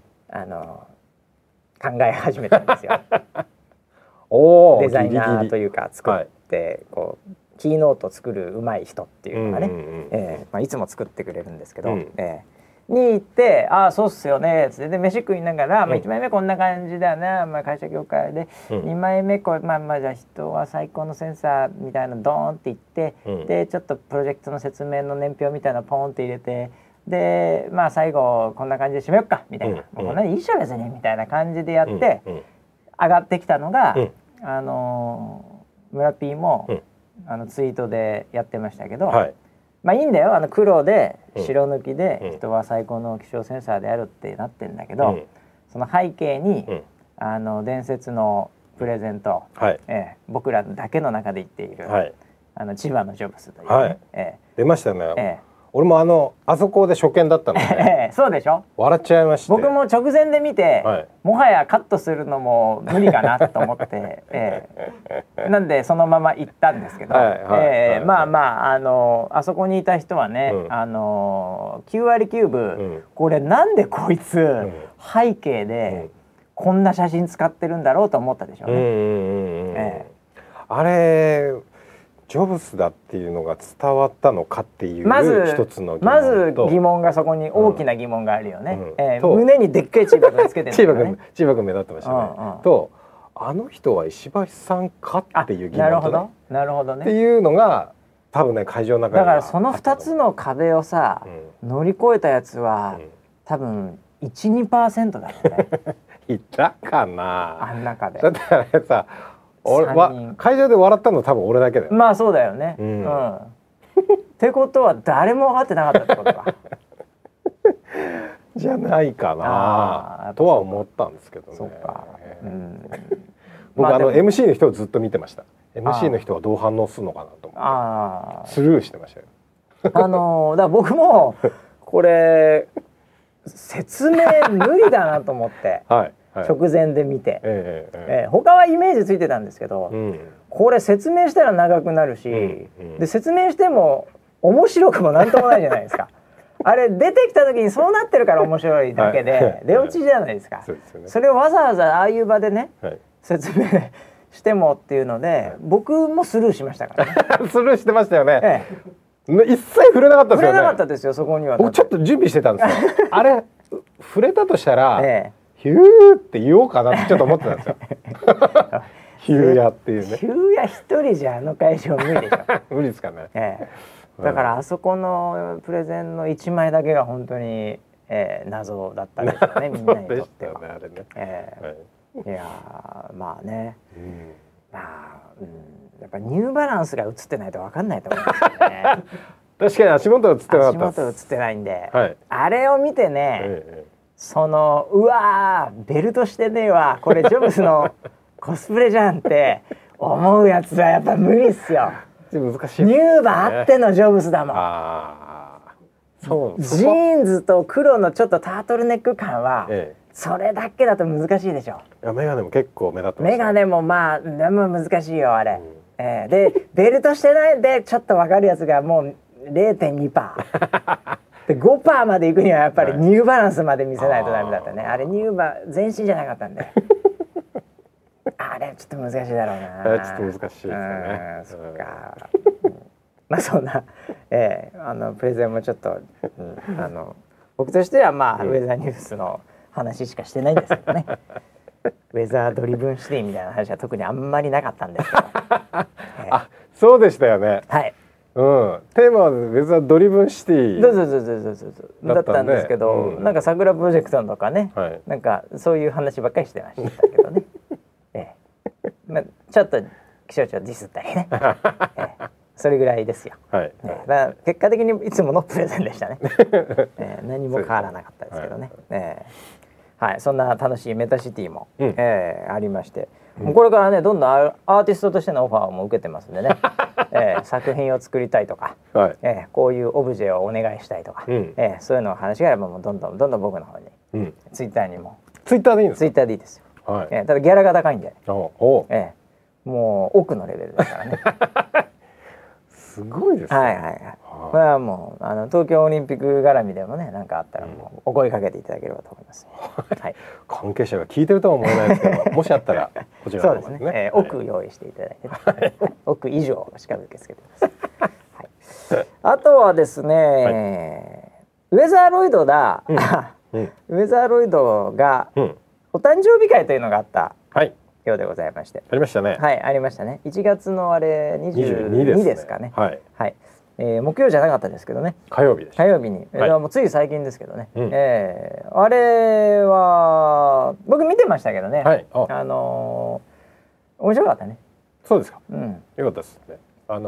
考え始めたんですよ。デザイナーというか作ってこうキーノート作る上手い人っていうのがね、いつも作ってくれるんですけど、 に行って「ああそうっすよね」つってで飯食いながら「1枚目こんな感じだよね、まあ、会社業界で、2枚目こうまあじゃあ人は最高のセンサーみたいなのドーンって言って、でちょっとプロジェクトの説明の年表みたいなのポンって入れてでまあ最後こんな感じで締めよっかみたいな、もうこんなにいいっしょ別にみたいな感じでやって、上がってきたのが、村 P も、ツイートでやってましたけど、まあいいんだよ黒で白抜きで人は最高の気象センサーであるってなってんだけど、その背景に、伝説のプレゼント、僕らだけの中で言っている、千葉のジョブズというね、 出ましたね。俺もあそこで初見だったので、 そうでしょ。 笑っちゃいまして。 僕も直前で見て、もはやカットするのも無理かなと思って、なんでそのまま行ったんですけど、まあまああそこにいた人はね、9割9分、これなんでこいつ、背景でこんな写真使ってるんだろうと思ったでしょうね。 あれジョブスだっていうのが伝わったのかっていう一つの疑問と、 まず疑問がそこに大きな疑問があるよね。胸にでっかいチーバくんつけてるんだよね。 チーバくん目立ってましたね。とあの人は石橋さんかっていう疑問とね。 なるほどね。 っていうのが多分ね会場の中にだからその2つの壁をさ、乗り越えたやつは、多分 1-2% だよね。 いたかな。 あん中で。 だってあれさ。会場で笑ったの多分俺だけだよ。 まあそうだよね。ってことは誰も分かってなかったってことか。 じゃないかなとは思ったんですけどね。 そうか。 僕MC の人をずっと見てました。MC の人はどう反応するのかなと思ってスルーしてましたよ。 だから僕もこれ説明無理だなと思って。直前で見て、他はイメージついてたんですけど、これ説明したら長くなるし、で説明しても面白くもなんともないじゃないですか。あれ出てきた時にそうなってるから面白いだけで出落ちじゃないですか。それをわざわざああいう場でね、説明してもっていうので、僕もスルーしましたからね。 スルーしてましたよね。一切触れなかったですよね。 触れなかったですよそこには。 僕ちょっと準備してたんですよ。あれ触れたとしたら。ヒューって言おうかなってちょっと思ってたんですよ。ヒューヤっていうね。 ヒューヤ一人じゃ会場無理でしょ。 無理ですかね。 だからあそこのプレゼンの1枚だけが本当に、謎だったんですよねみんなにとっては。いやまあね。やっぱニューバランスが映ってないと分かんないと思うんですよね。 確かに足元映ってなかった。 足元映ってないんで、あれを見てね。うわーベルトしてねえわこれジョブズのコスプレじゃんって思うやつはやっぱ無理っすよ。 難しい、 ニューバあってのジョブズだもん。ジーンズと黒のちょっとタートルネック感は、それだけだと難しいでしょ。 メガネも結構目立ってます。 メガネもまあでも難しいよあれ。でベルトしてないでちょっと分かるやつがもう 0.2%。で 5% まで行くにはやっぱりニューバランスまで見せないとダメだったね。あれニューバ全身じゃなかったんであれちょっと難しいだろうな。 ちょっと難しいですね。 そっか。まあそんな、プレゼンもちょっと、僕としてはまあ、ウェザーニュースの話しかしてないんですけどね。ウェザードリブンシティみたいな話は特にあんまりなかったんですけど。 あ、そうでしたよね。 はい。 テーマはウェザードリブンシティだったんですけど、なんか桜プロジェクトとかね、なんかそういう話ばっかりしてましたけどね。まあちょっと気象庁ディスったりね、それぐらいですよ。結果的にいつものプレゼンでしたね。何も変わらなかったですけどね。はい、そんな楽しいメタシティもありまして、これからねどんどんアーティストとしてのオファーも受けてますんでね。作品を作りたいとか、こういうオブジェをお願いしたいとか、そういうの話があればもうどんどん僕の方に、ツイッターにもツイッターでいいんですか？ ツイッターでいいですよ。ただギャラが高いんで、もう奥のレベルですからね。 すごいですね。 これはもう東京オリンピック絡みでもね何かあったらもうお声かけていただければと思います。 関係者が聞いてるとは思えないですけど、もしあったらこちらの方ですね。 奥用意していただいて、奥以上しか受け付けてます。あとはですね、 ウェザーロイドだ、ウェザーロイドがお誕生日会というのがあったようでございまして、 ありましたね。 はい、ありましたね。1月のあれ22ですかね。はい、はい、木曜じゃなかったですけどね、 火曜日でした。 火曜日に、もうつい最近ですけどね、あれは僕見てましたけどね、はい、面白かったね。 そうですか。よかったですね。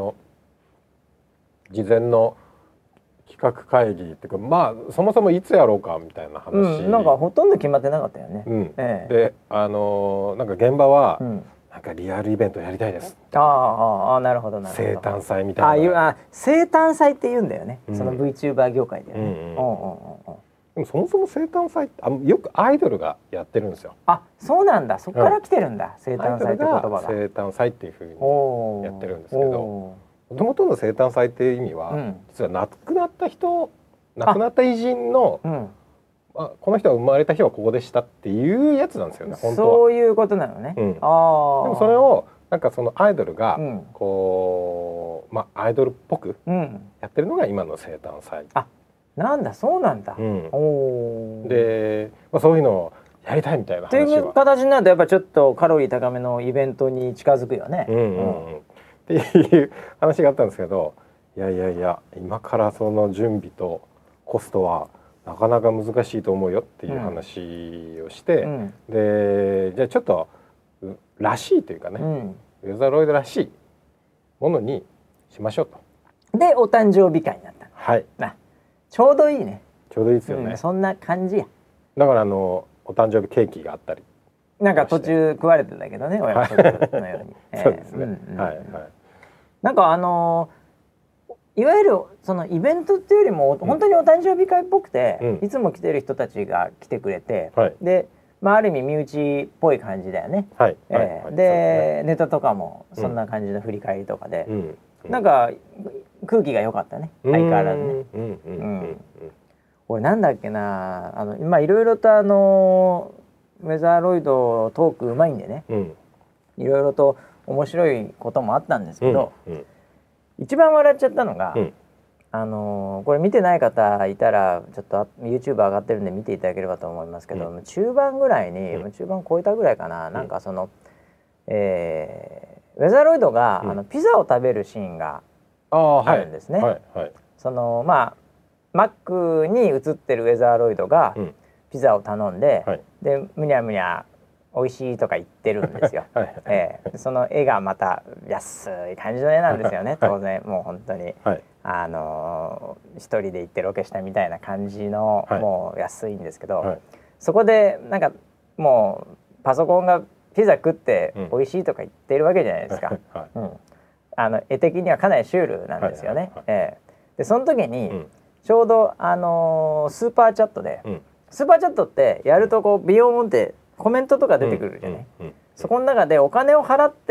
事前の企画会議っていうか、まあそもそもいつやろうかみたいな話、 なんかほとんど決まってなかったよね。 でなんか現場は、なんかリアルイベントやりたいです。 あ、なるほどなるほど。 生誕祭みたいな。 生誕祭って言うんだよね。その VTuber 業界ではね。 でもそもそも生誕祭ってよくアイドルがやってるんですよ。 あ、そうなんだ。そこから来てるんだ。生誕祭って言葉が。 生誕祭っていう風にやってるんですけど。もともとの生誕祭っていう意味は、実は亡くなった偉人の、この人が生まれた日はここでしたっていうやつなんですよね。本当はそういうことなのね。でもそれをなんかそのアイドルがこう、アイドルっぽくやってるのが今の生誕祭。 あ、なんだ、そうなんだ。 で、そういうのをやりたいみたいな話は。 っていう形になるとやっぱちょっとカロリー高めのイベントに近づくよね。 っていう話があったんですけど、いや今からその準備とコストはなかなか難しいと思うよっていう話をして、でじゃあちょっとらしいというかね、ウェザーロイドらしいものにしましょうと。でお誕生日会になった。 はい。 ちょうどいいね。 ちょうどいいですよね。 そんな感じや。 だからお誕生日ケーキがあったり。 なんか途中食われてたけどね、親ののように。 そうですね。はいはい。 なんかいわゆるそのイベントっていうよりも本当にお誕生日会っぽくて、いつも来てる人たちが来てくれて、で、ある意味身内っぽい感じだよね。でネタとかもそんな感じの振り返りとかで、なんか空気が良かったね、相変わらずね。俺なんだっけな、いろいろとウェザーロイドトークうまいんでね、いろいろと面白いこともあったんですけど、一番笑っちゃったのが、これ見てない方いたらちょっと YouTube 上がってるんで見ていただければと思いますけど、中盤ぐらいに、中盤超えたぐらいかな、なんかその、ウェザーロイドが、ピザを食べるシーンがあるんですね。そのマックに映ってるウェザーロイドがピザを頼んで、でむにゃむにゃ美味しいとか言ってるんですよ。その絵がまた安い感じの絵なんですよね。当然もう本当に、一人で行ってロケしたみたいな感じの、もう安いんですけど、そこでなんかもうパソコンがピザ食って美味しいとか言ってるわけじゃないですか。絵的にはかなりシュールなんですよね。でその時に、ちょうどスーパーチャットで、スーパーチャットってやるとこうビヨーンってコメントとか出てくるじゃない。そこの中でお金を払って、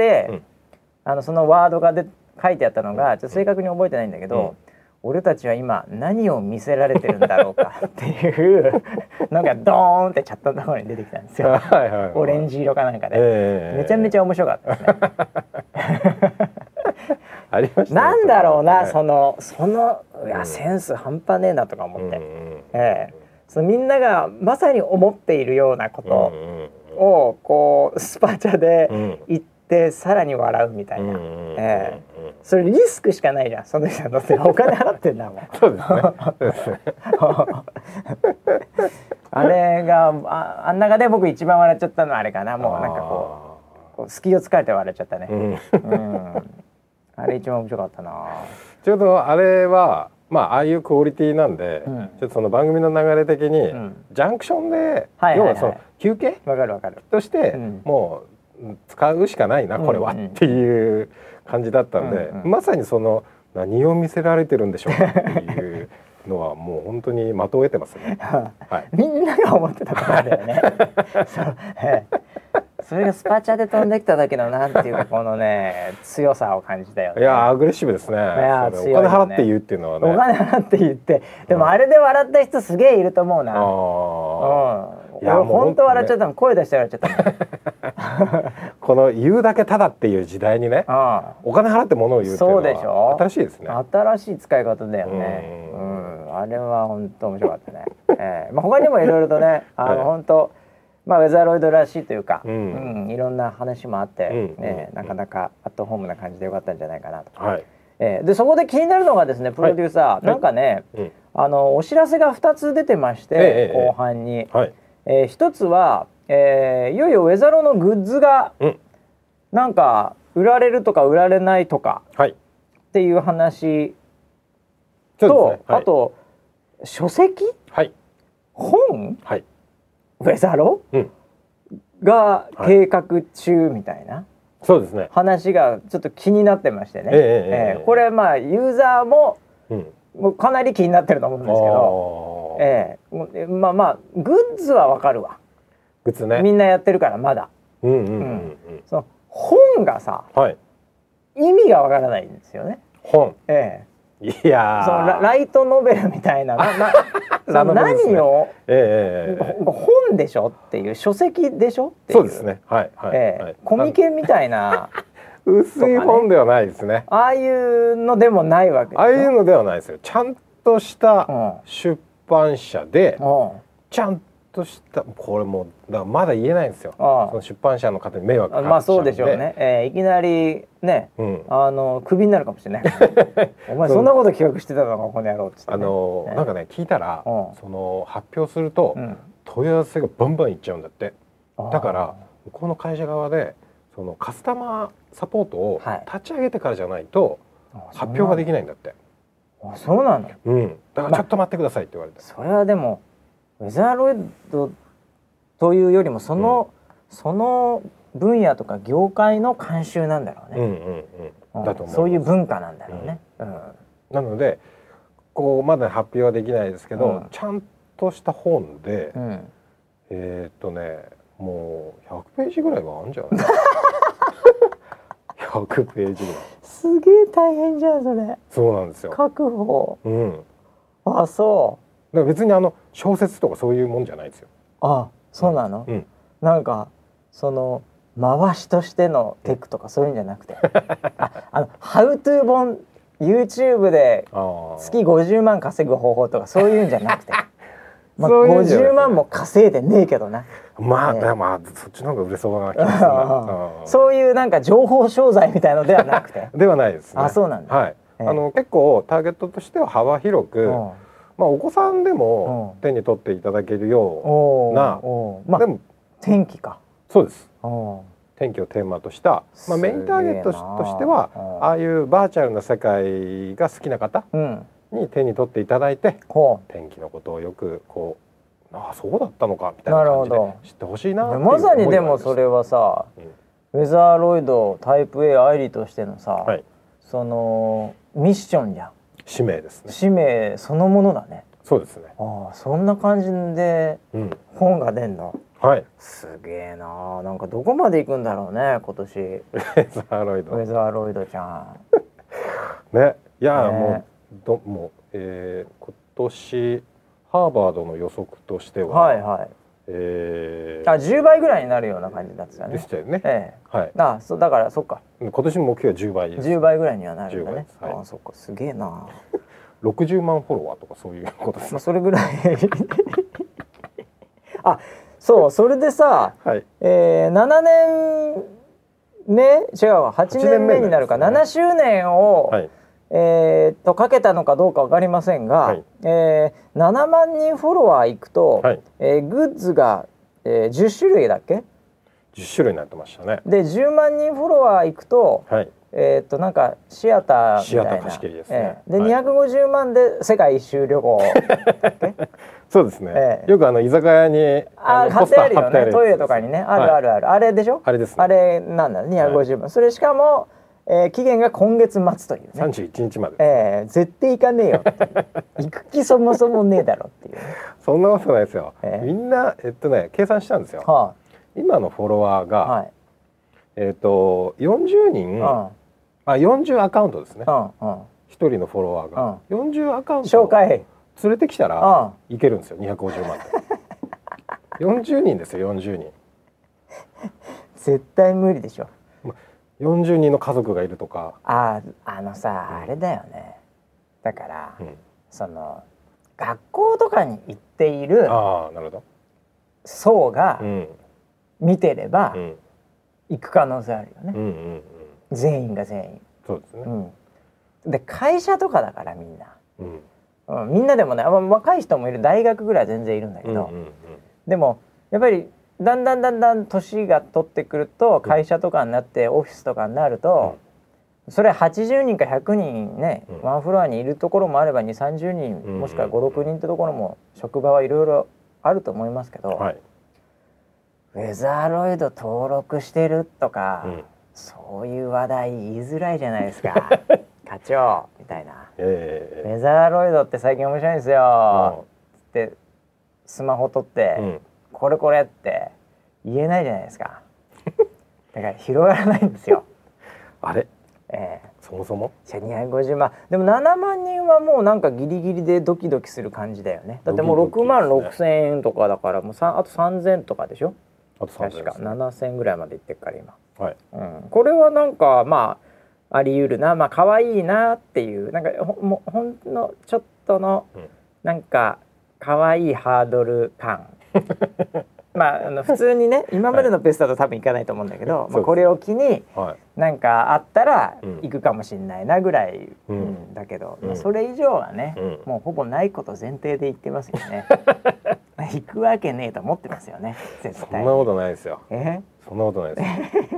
そのワードが書いてあったのがちょっと正確に覚えてないんだけど、俺たちは今何を見せられてるんだろうかっていうのがドーンってチャットのところに出てきたんですよ。オレンジ色かなんかで、めちゃめちゃ面白かったですね。 ありましたね。 なんだろうな、そのいやセンス半端ねえなとか思って、そのみんながまさに思っているようなことをこうスパチャで言ってさらに笑うみたいな、それリスクしかないじゃん。その人はだってお金払ってんだもん。 そうですね。 あれがあん中で僕一番笑っちゃったのはあれかな。もうなんかこう隙を突かれて笑っちゃったね。あれ一番面白かったな。 ちょうどあれはああいうクオリティなんで、ちょっとその番組の流れ的に、ジャンクションで、要はその休憩として、もう使うしかないなこれはっていう感じだったんで、まさにその何を見せられてるんでしょうかっていうのはもう本当に的を得てますね。 みんなが思ってたことだよね。それがスパチャで飛んできただけのなんていうかこのね強さを感じたよね。 いやアグレッシブですね。お金払って言うっていうのはね。 お金払って言って、でもあれで笑った人すげえいると思うな。いや本当笑っちゃったもん、声出して笑っちゃったもん。 この言うだけただっていう時代にね、お金払って物を言うっていうのはそうでしょ、新しいですね。 新しい使い方だよね。あれは本当面白かったね。他にもいろいろとね、本当ウェザーロイドらしいというか、いろんな話もあって、なかなかアットホームな感じでよかったんじゃないかなと。でそこで気になるのがですね、プロデューサー、なんかね、お知らせが2つ出てまして、後半に、1つは、いよいよウェザロのグッズが、なんか売られるとか売られないとか、っていう話と、あと書籍、本、ウェザロ、が計画中みたいな。 そうですね。 話がちょっと気になってましてね。これユーザーもかなり気になってると思うんですけど、まあグッズはわかるわ。 グッズね。 みんなやってるからまだ。その本がさ、意味がわからないんですよね。 本。いやそのライトノベルみたいな何を本でしょっていう、書籍でしょっていう、そうですね、コミケみたいな薄い本ではないですね。 ああいうのでもないわけですよ。 ああいうのではないですよ。ちゃんとした出版社で、ちゃんとしたこれもまだ言えないんですよ。その出版社の方に迷惑かかっちゃうんで。そうでしょうね。いきなりね、クビになるかもしれない。お前そんなこと企画してたのかこの野郎っつって。 なんかね聞いたら、その発表すると問い合わせがバンバンいっちゃうんだって。だから向こうの会社側でそのカスタマーサポートを立ち上げてからじゃないと発表ができないんだって。 そうなの？ だからちょっと待ってくださいって言われて。 それはでもウェザーロイドというよりもその分野とか業界の慣習なんだろうね。だと思う。そういう文化なんだろうね。 なのでこうまだ発表はできないですけど、ちゃんとした本で、もう100ページぐらいはあるんじゃない100ページぐらい。 すげえ大変じゃんそれ。 そうなんですよ。 確保。あ、そう。 だから別に小説とかそういうもんじゃないですよ。 あ、そうなの？なんかその回しとしてのテクとかそういうんじゃなくて、ハウトゥー本 YouTube で月50万稼ぐ方法とかそういうんじゃなくて、50万も稼いでねえけどな。 まあそっちの方が売れそうな気がするな。 そういうなんか情報商材みたいのではなくて。 ではないですね。 あ、そうなんだ。 はい。結構ターゲットとしては幅広く。お子さんでも手に取っていただけるような、 でも天気か。 そうです。天気をテーマとしたメインターゲットとしてはああいうバーチャルな世界が好きな方に手に取っていただいて、天気のことをよくこうそうだったのかみたいな感じで知ってほしいなっていう。 まさにでもそれはさ、ウェザーロイドタイプ A アイリとしてのさ、そのミッションじゃん。使命ですね。 使命そのものだね。 そうですね。 そんな感じで本が出んの。すげえな。なんかどこまで行くんだろうね今年。ウェザーロイドちゃん。ね、いやもう今年ハーバードの予測としては、 10倍ぐらいになるような感じだったよね。 でしたよね。 だからそっか。 今年目標は10倍です。 10倍ぐらいにはなるんだね。そっか、すげえな。 60万フォロワーとかそういうことです。 それぐらい。あ、そう、それでさ、7年目違うわ、8年目になるか、7周年をかけたのかどうか分かりませんが、7万人フォロワーいくと、グッズが、10種類だっけ ？10種類になってましたね。 で10万人フォロワーいくと、なんかシアターみたいな、 貸し切りですね。 で250万で世界一周旅行だっけ？ そうですね。よく居酒屋に貼ってあるよね。トイレとかにね、あるあるある、あれでしょ？ あれですね。 あれなんだね、250万。それしかも期限が今月末というね。 31日まで。 絶対行かねえよっていう行く気そもそもねえだろっていうね。 そんなことないですよ。みんな計算したんですよ。今のフォロワーが40人、40アカウントですね。1人のフォロワーが40アカウント紹介連れてきたらいけるんですよ。250万で。40人ですよ、40人。 絶対無理でしょ。 40人の家族がいるとか。 あれだよね。だから、その学校とかに行っている層が見てれば行く可能性あるよね。全員が全員。 そうですね。 で会社とかだからみんな、みんなでもね、若い人もいる、大学ぐらいは全然いるんだけど、でもやっぱりだんだん年が取ってくると、会社とかになってオフィスとかになると、それ80人か100人ね、ワンフロアにいるところもあれば2、30人もしくは5、6人ってところも職場はいろいろあると思いますけど、ウェザーロイド登録してるとか、そういう話題言いづらいじゃないですか。課長みたいな、ウェザーロイドって最近面白いんですよってスマホ取って、これって言えないじゃないですか。だから広がらないんですよ。 あれ、そもそも 250万でも7万人はもうなんかギリギリでドキドキする感じだよね。だってもう6万6千円とかだから、もうあと3000とかでしょ。確か7000ぐらいまでいってるから今、これはなんかまああり得るな、まあ可愛いなっていう、なんかほんのちょっとのなんか可愛いハードル感まあ普通にね今までのペースだと多分いかないと思うんだけど、まあこれを機になんかあったら行くかもしれないなぐらいだけど、それ以上はねもうほぼないこと前提で言ってますよね。行くわけねえと思ってますよね、絶対。 そんなことないですよ。そんなことないです。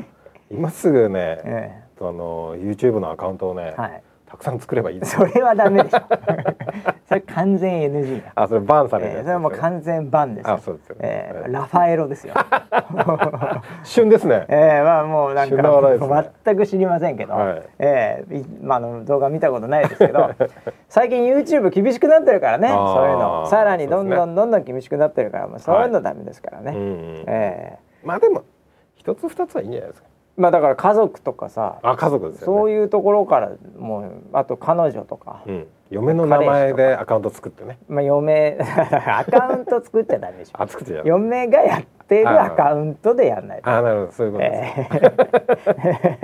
今すぐね、YouTube のアカウントをね、たくさん作ればいいです。 それはダメでしょ。それ完全 NG だ。 それバンされるやつ。 それはもう完全バンですよ。 そうですよね。 ラファエロですよ。 旬ですね。 まあもうなんか全く知りませんけど、まあ動画見たことないですけど、最近 YouTube 厳しくなってるからね、そういうの。さらにどんどん厳しくなってるから、もうそういうのダメですからね。 まあでも一つ二つはいいんじゃないですか。 まあだから家族とかさ、 家族ですよね。 そういうところからもう、あと彼女とか、 嫁の名前でアカウント作ってね。 まあ嫁アカウント作っちゃダメでしょ。 作っちゃ嫁がやってるアカウントでやんないと。 なるほど、そういうことです。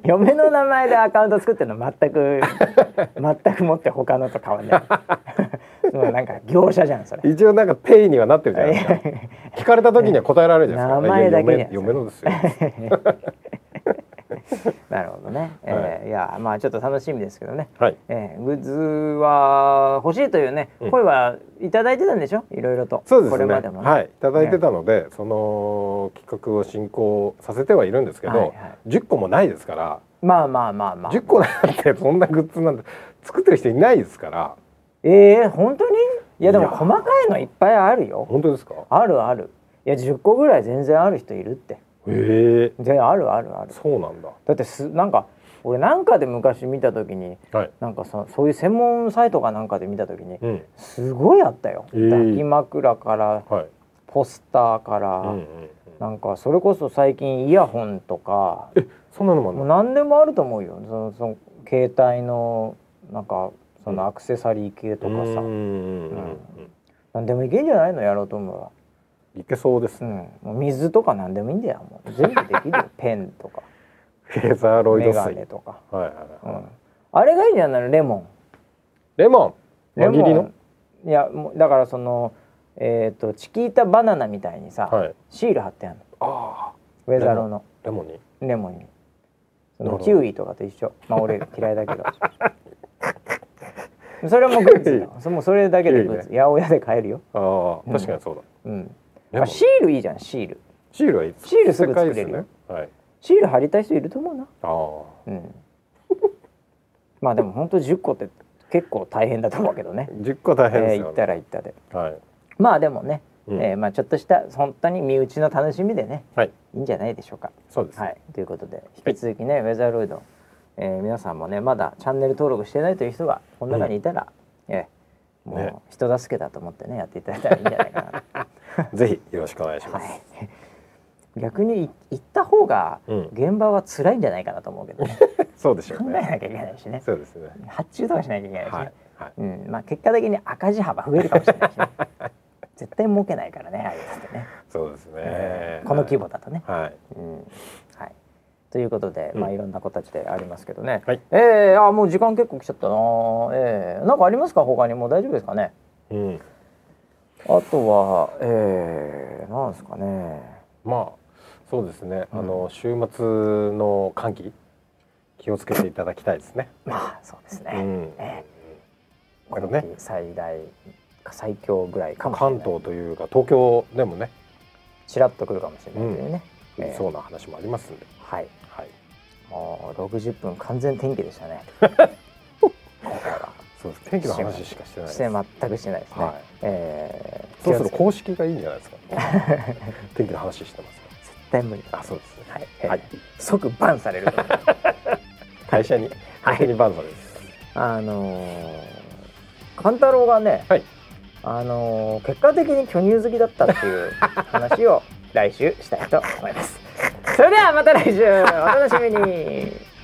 嫁の名前でアカウント作ってるの全くもって他のと変わんない。もうなんか業者じゃんそれ。 一応なんかペイにはなってるじゃないですか。聞かれた時には答えられるじゃないですか。 名前だけじゃん。 嫁のですよ。 なるほどね。いやまあちょっと楽しみですけどね。グッズは欲しいというね声はいただいてたんでしょ。いろいろと。 そうですね。 これまでもね。 はい、いただいてたので、その企画を進行させてはいるんですけど、10個もないですから。 まあ。 10個なんてそんなグッズなんて作ってる人いないですから。 本当に？いやでも細かいのいっぱいあるよ。 本当ですか？ ある。いや10個ぐらい全然ある人いるって。ある。 そうなんだ。 だってなんか俺なんかで昔見た時に、なんかそういう専門サイトかなんかで見た時に、すごいあったよ。抱き枕から、ポスターから、なんかそれこそ最近イヤホンとか、 そんなのもあるの？ もう何でもあると思うよ。その携帯のなんかそのアクセサリー系とかさ、何でもいけんじゃないの、やろうと思うわ。 いけそうですね。水とか何でもいいんだよ。もう全部できるよ。ペンとかフェザーロイド水、 メガネとか。あれがいいんじゃないの？レモン輪切りの？いやもうだからそのチキータバナナみたいにさ、シール貼ってあるの。ウェザロのレモンにそのキウイとかと一緒。まあ俺嫌いだけど。それもグッズだ。もうそれだけでグッズ。八百屋で買えるよ。 確かにそうだ。シールいいじゃん。シールはいい。 シールすぐ作れるよ。シール貼りたい人いると思うな。まあでも本当10個って結構大変だと思うけどね。 10個大変ですよね。 行ったら行ったで。まあでもね、まあちょっとした本当に身内の楽しみでね、いいんじゃないでしょうか。 そうです。 ということで引き続きね、ウェザーロイド、皆さんもねまだチャンネル登録してないという人がこの中にいたら、もう人助けだと思ってねやっていただいたらいいんじゃないかな。ぜひよろしくお願いします。 逆に行った方が現場は辛いんじゃないかなと思うけどね。 そうでしょうね。 考えなきゃいけないしね。 そうですね。 発注とかしなきゃいけないしね。まあ結果的に赤字幅増えるかもしれないしね。 絶対儲けないからね、ああいうのってね。 そうですね、 この規模だとね。 はい、 はい、ということで、いろんな形でありますけどね。 はい、 もう時間結構来ちゃったな。なんかありますか、他に。もう大丈夫ですかね。あとはなんですかね。 まあそうですね、週末の寒気気をつけていただきたいですね。 まあそうですね。これね、最大か最強ぐらいかもしれない。 関東というか東京でもね、 ちらっと来るかもしれないというね、 そうな話もありますんで。 はいはい。もう60分完全天気でしたね。今回は。 そうです。天気の話しかしてないです。 全くしてないですね。 そうすると公式がいいんじゃないですか。天気の話してます。 絶対無理。 そうですね。 はい。即バンされる。 会社にバンされる。 勘太郎がね、結果的に巨乳好きだったっていう話を来週したいと思います。それではまた来週お楽しみに。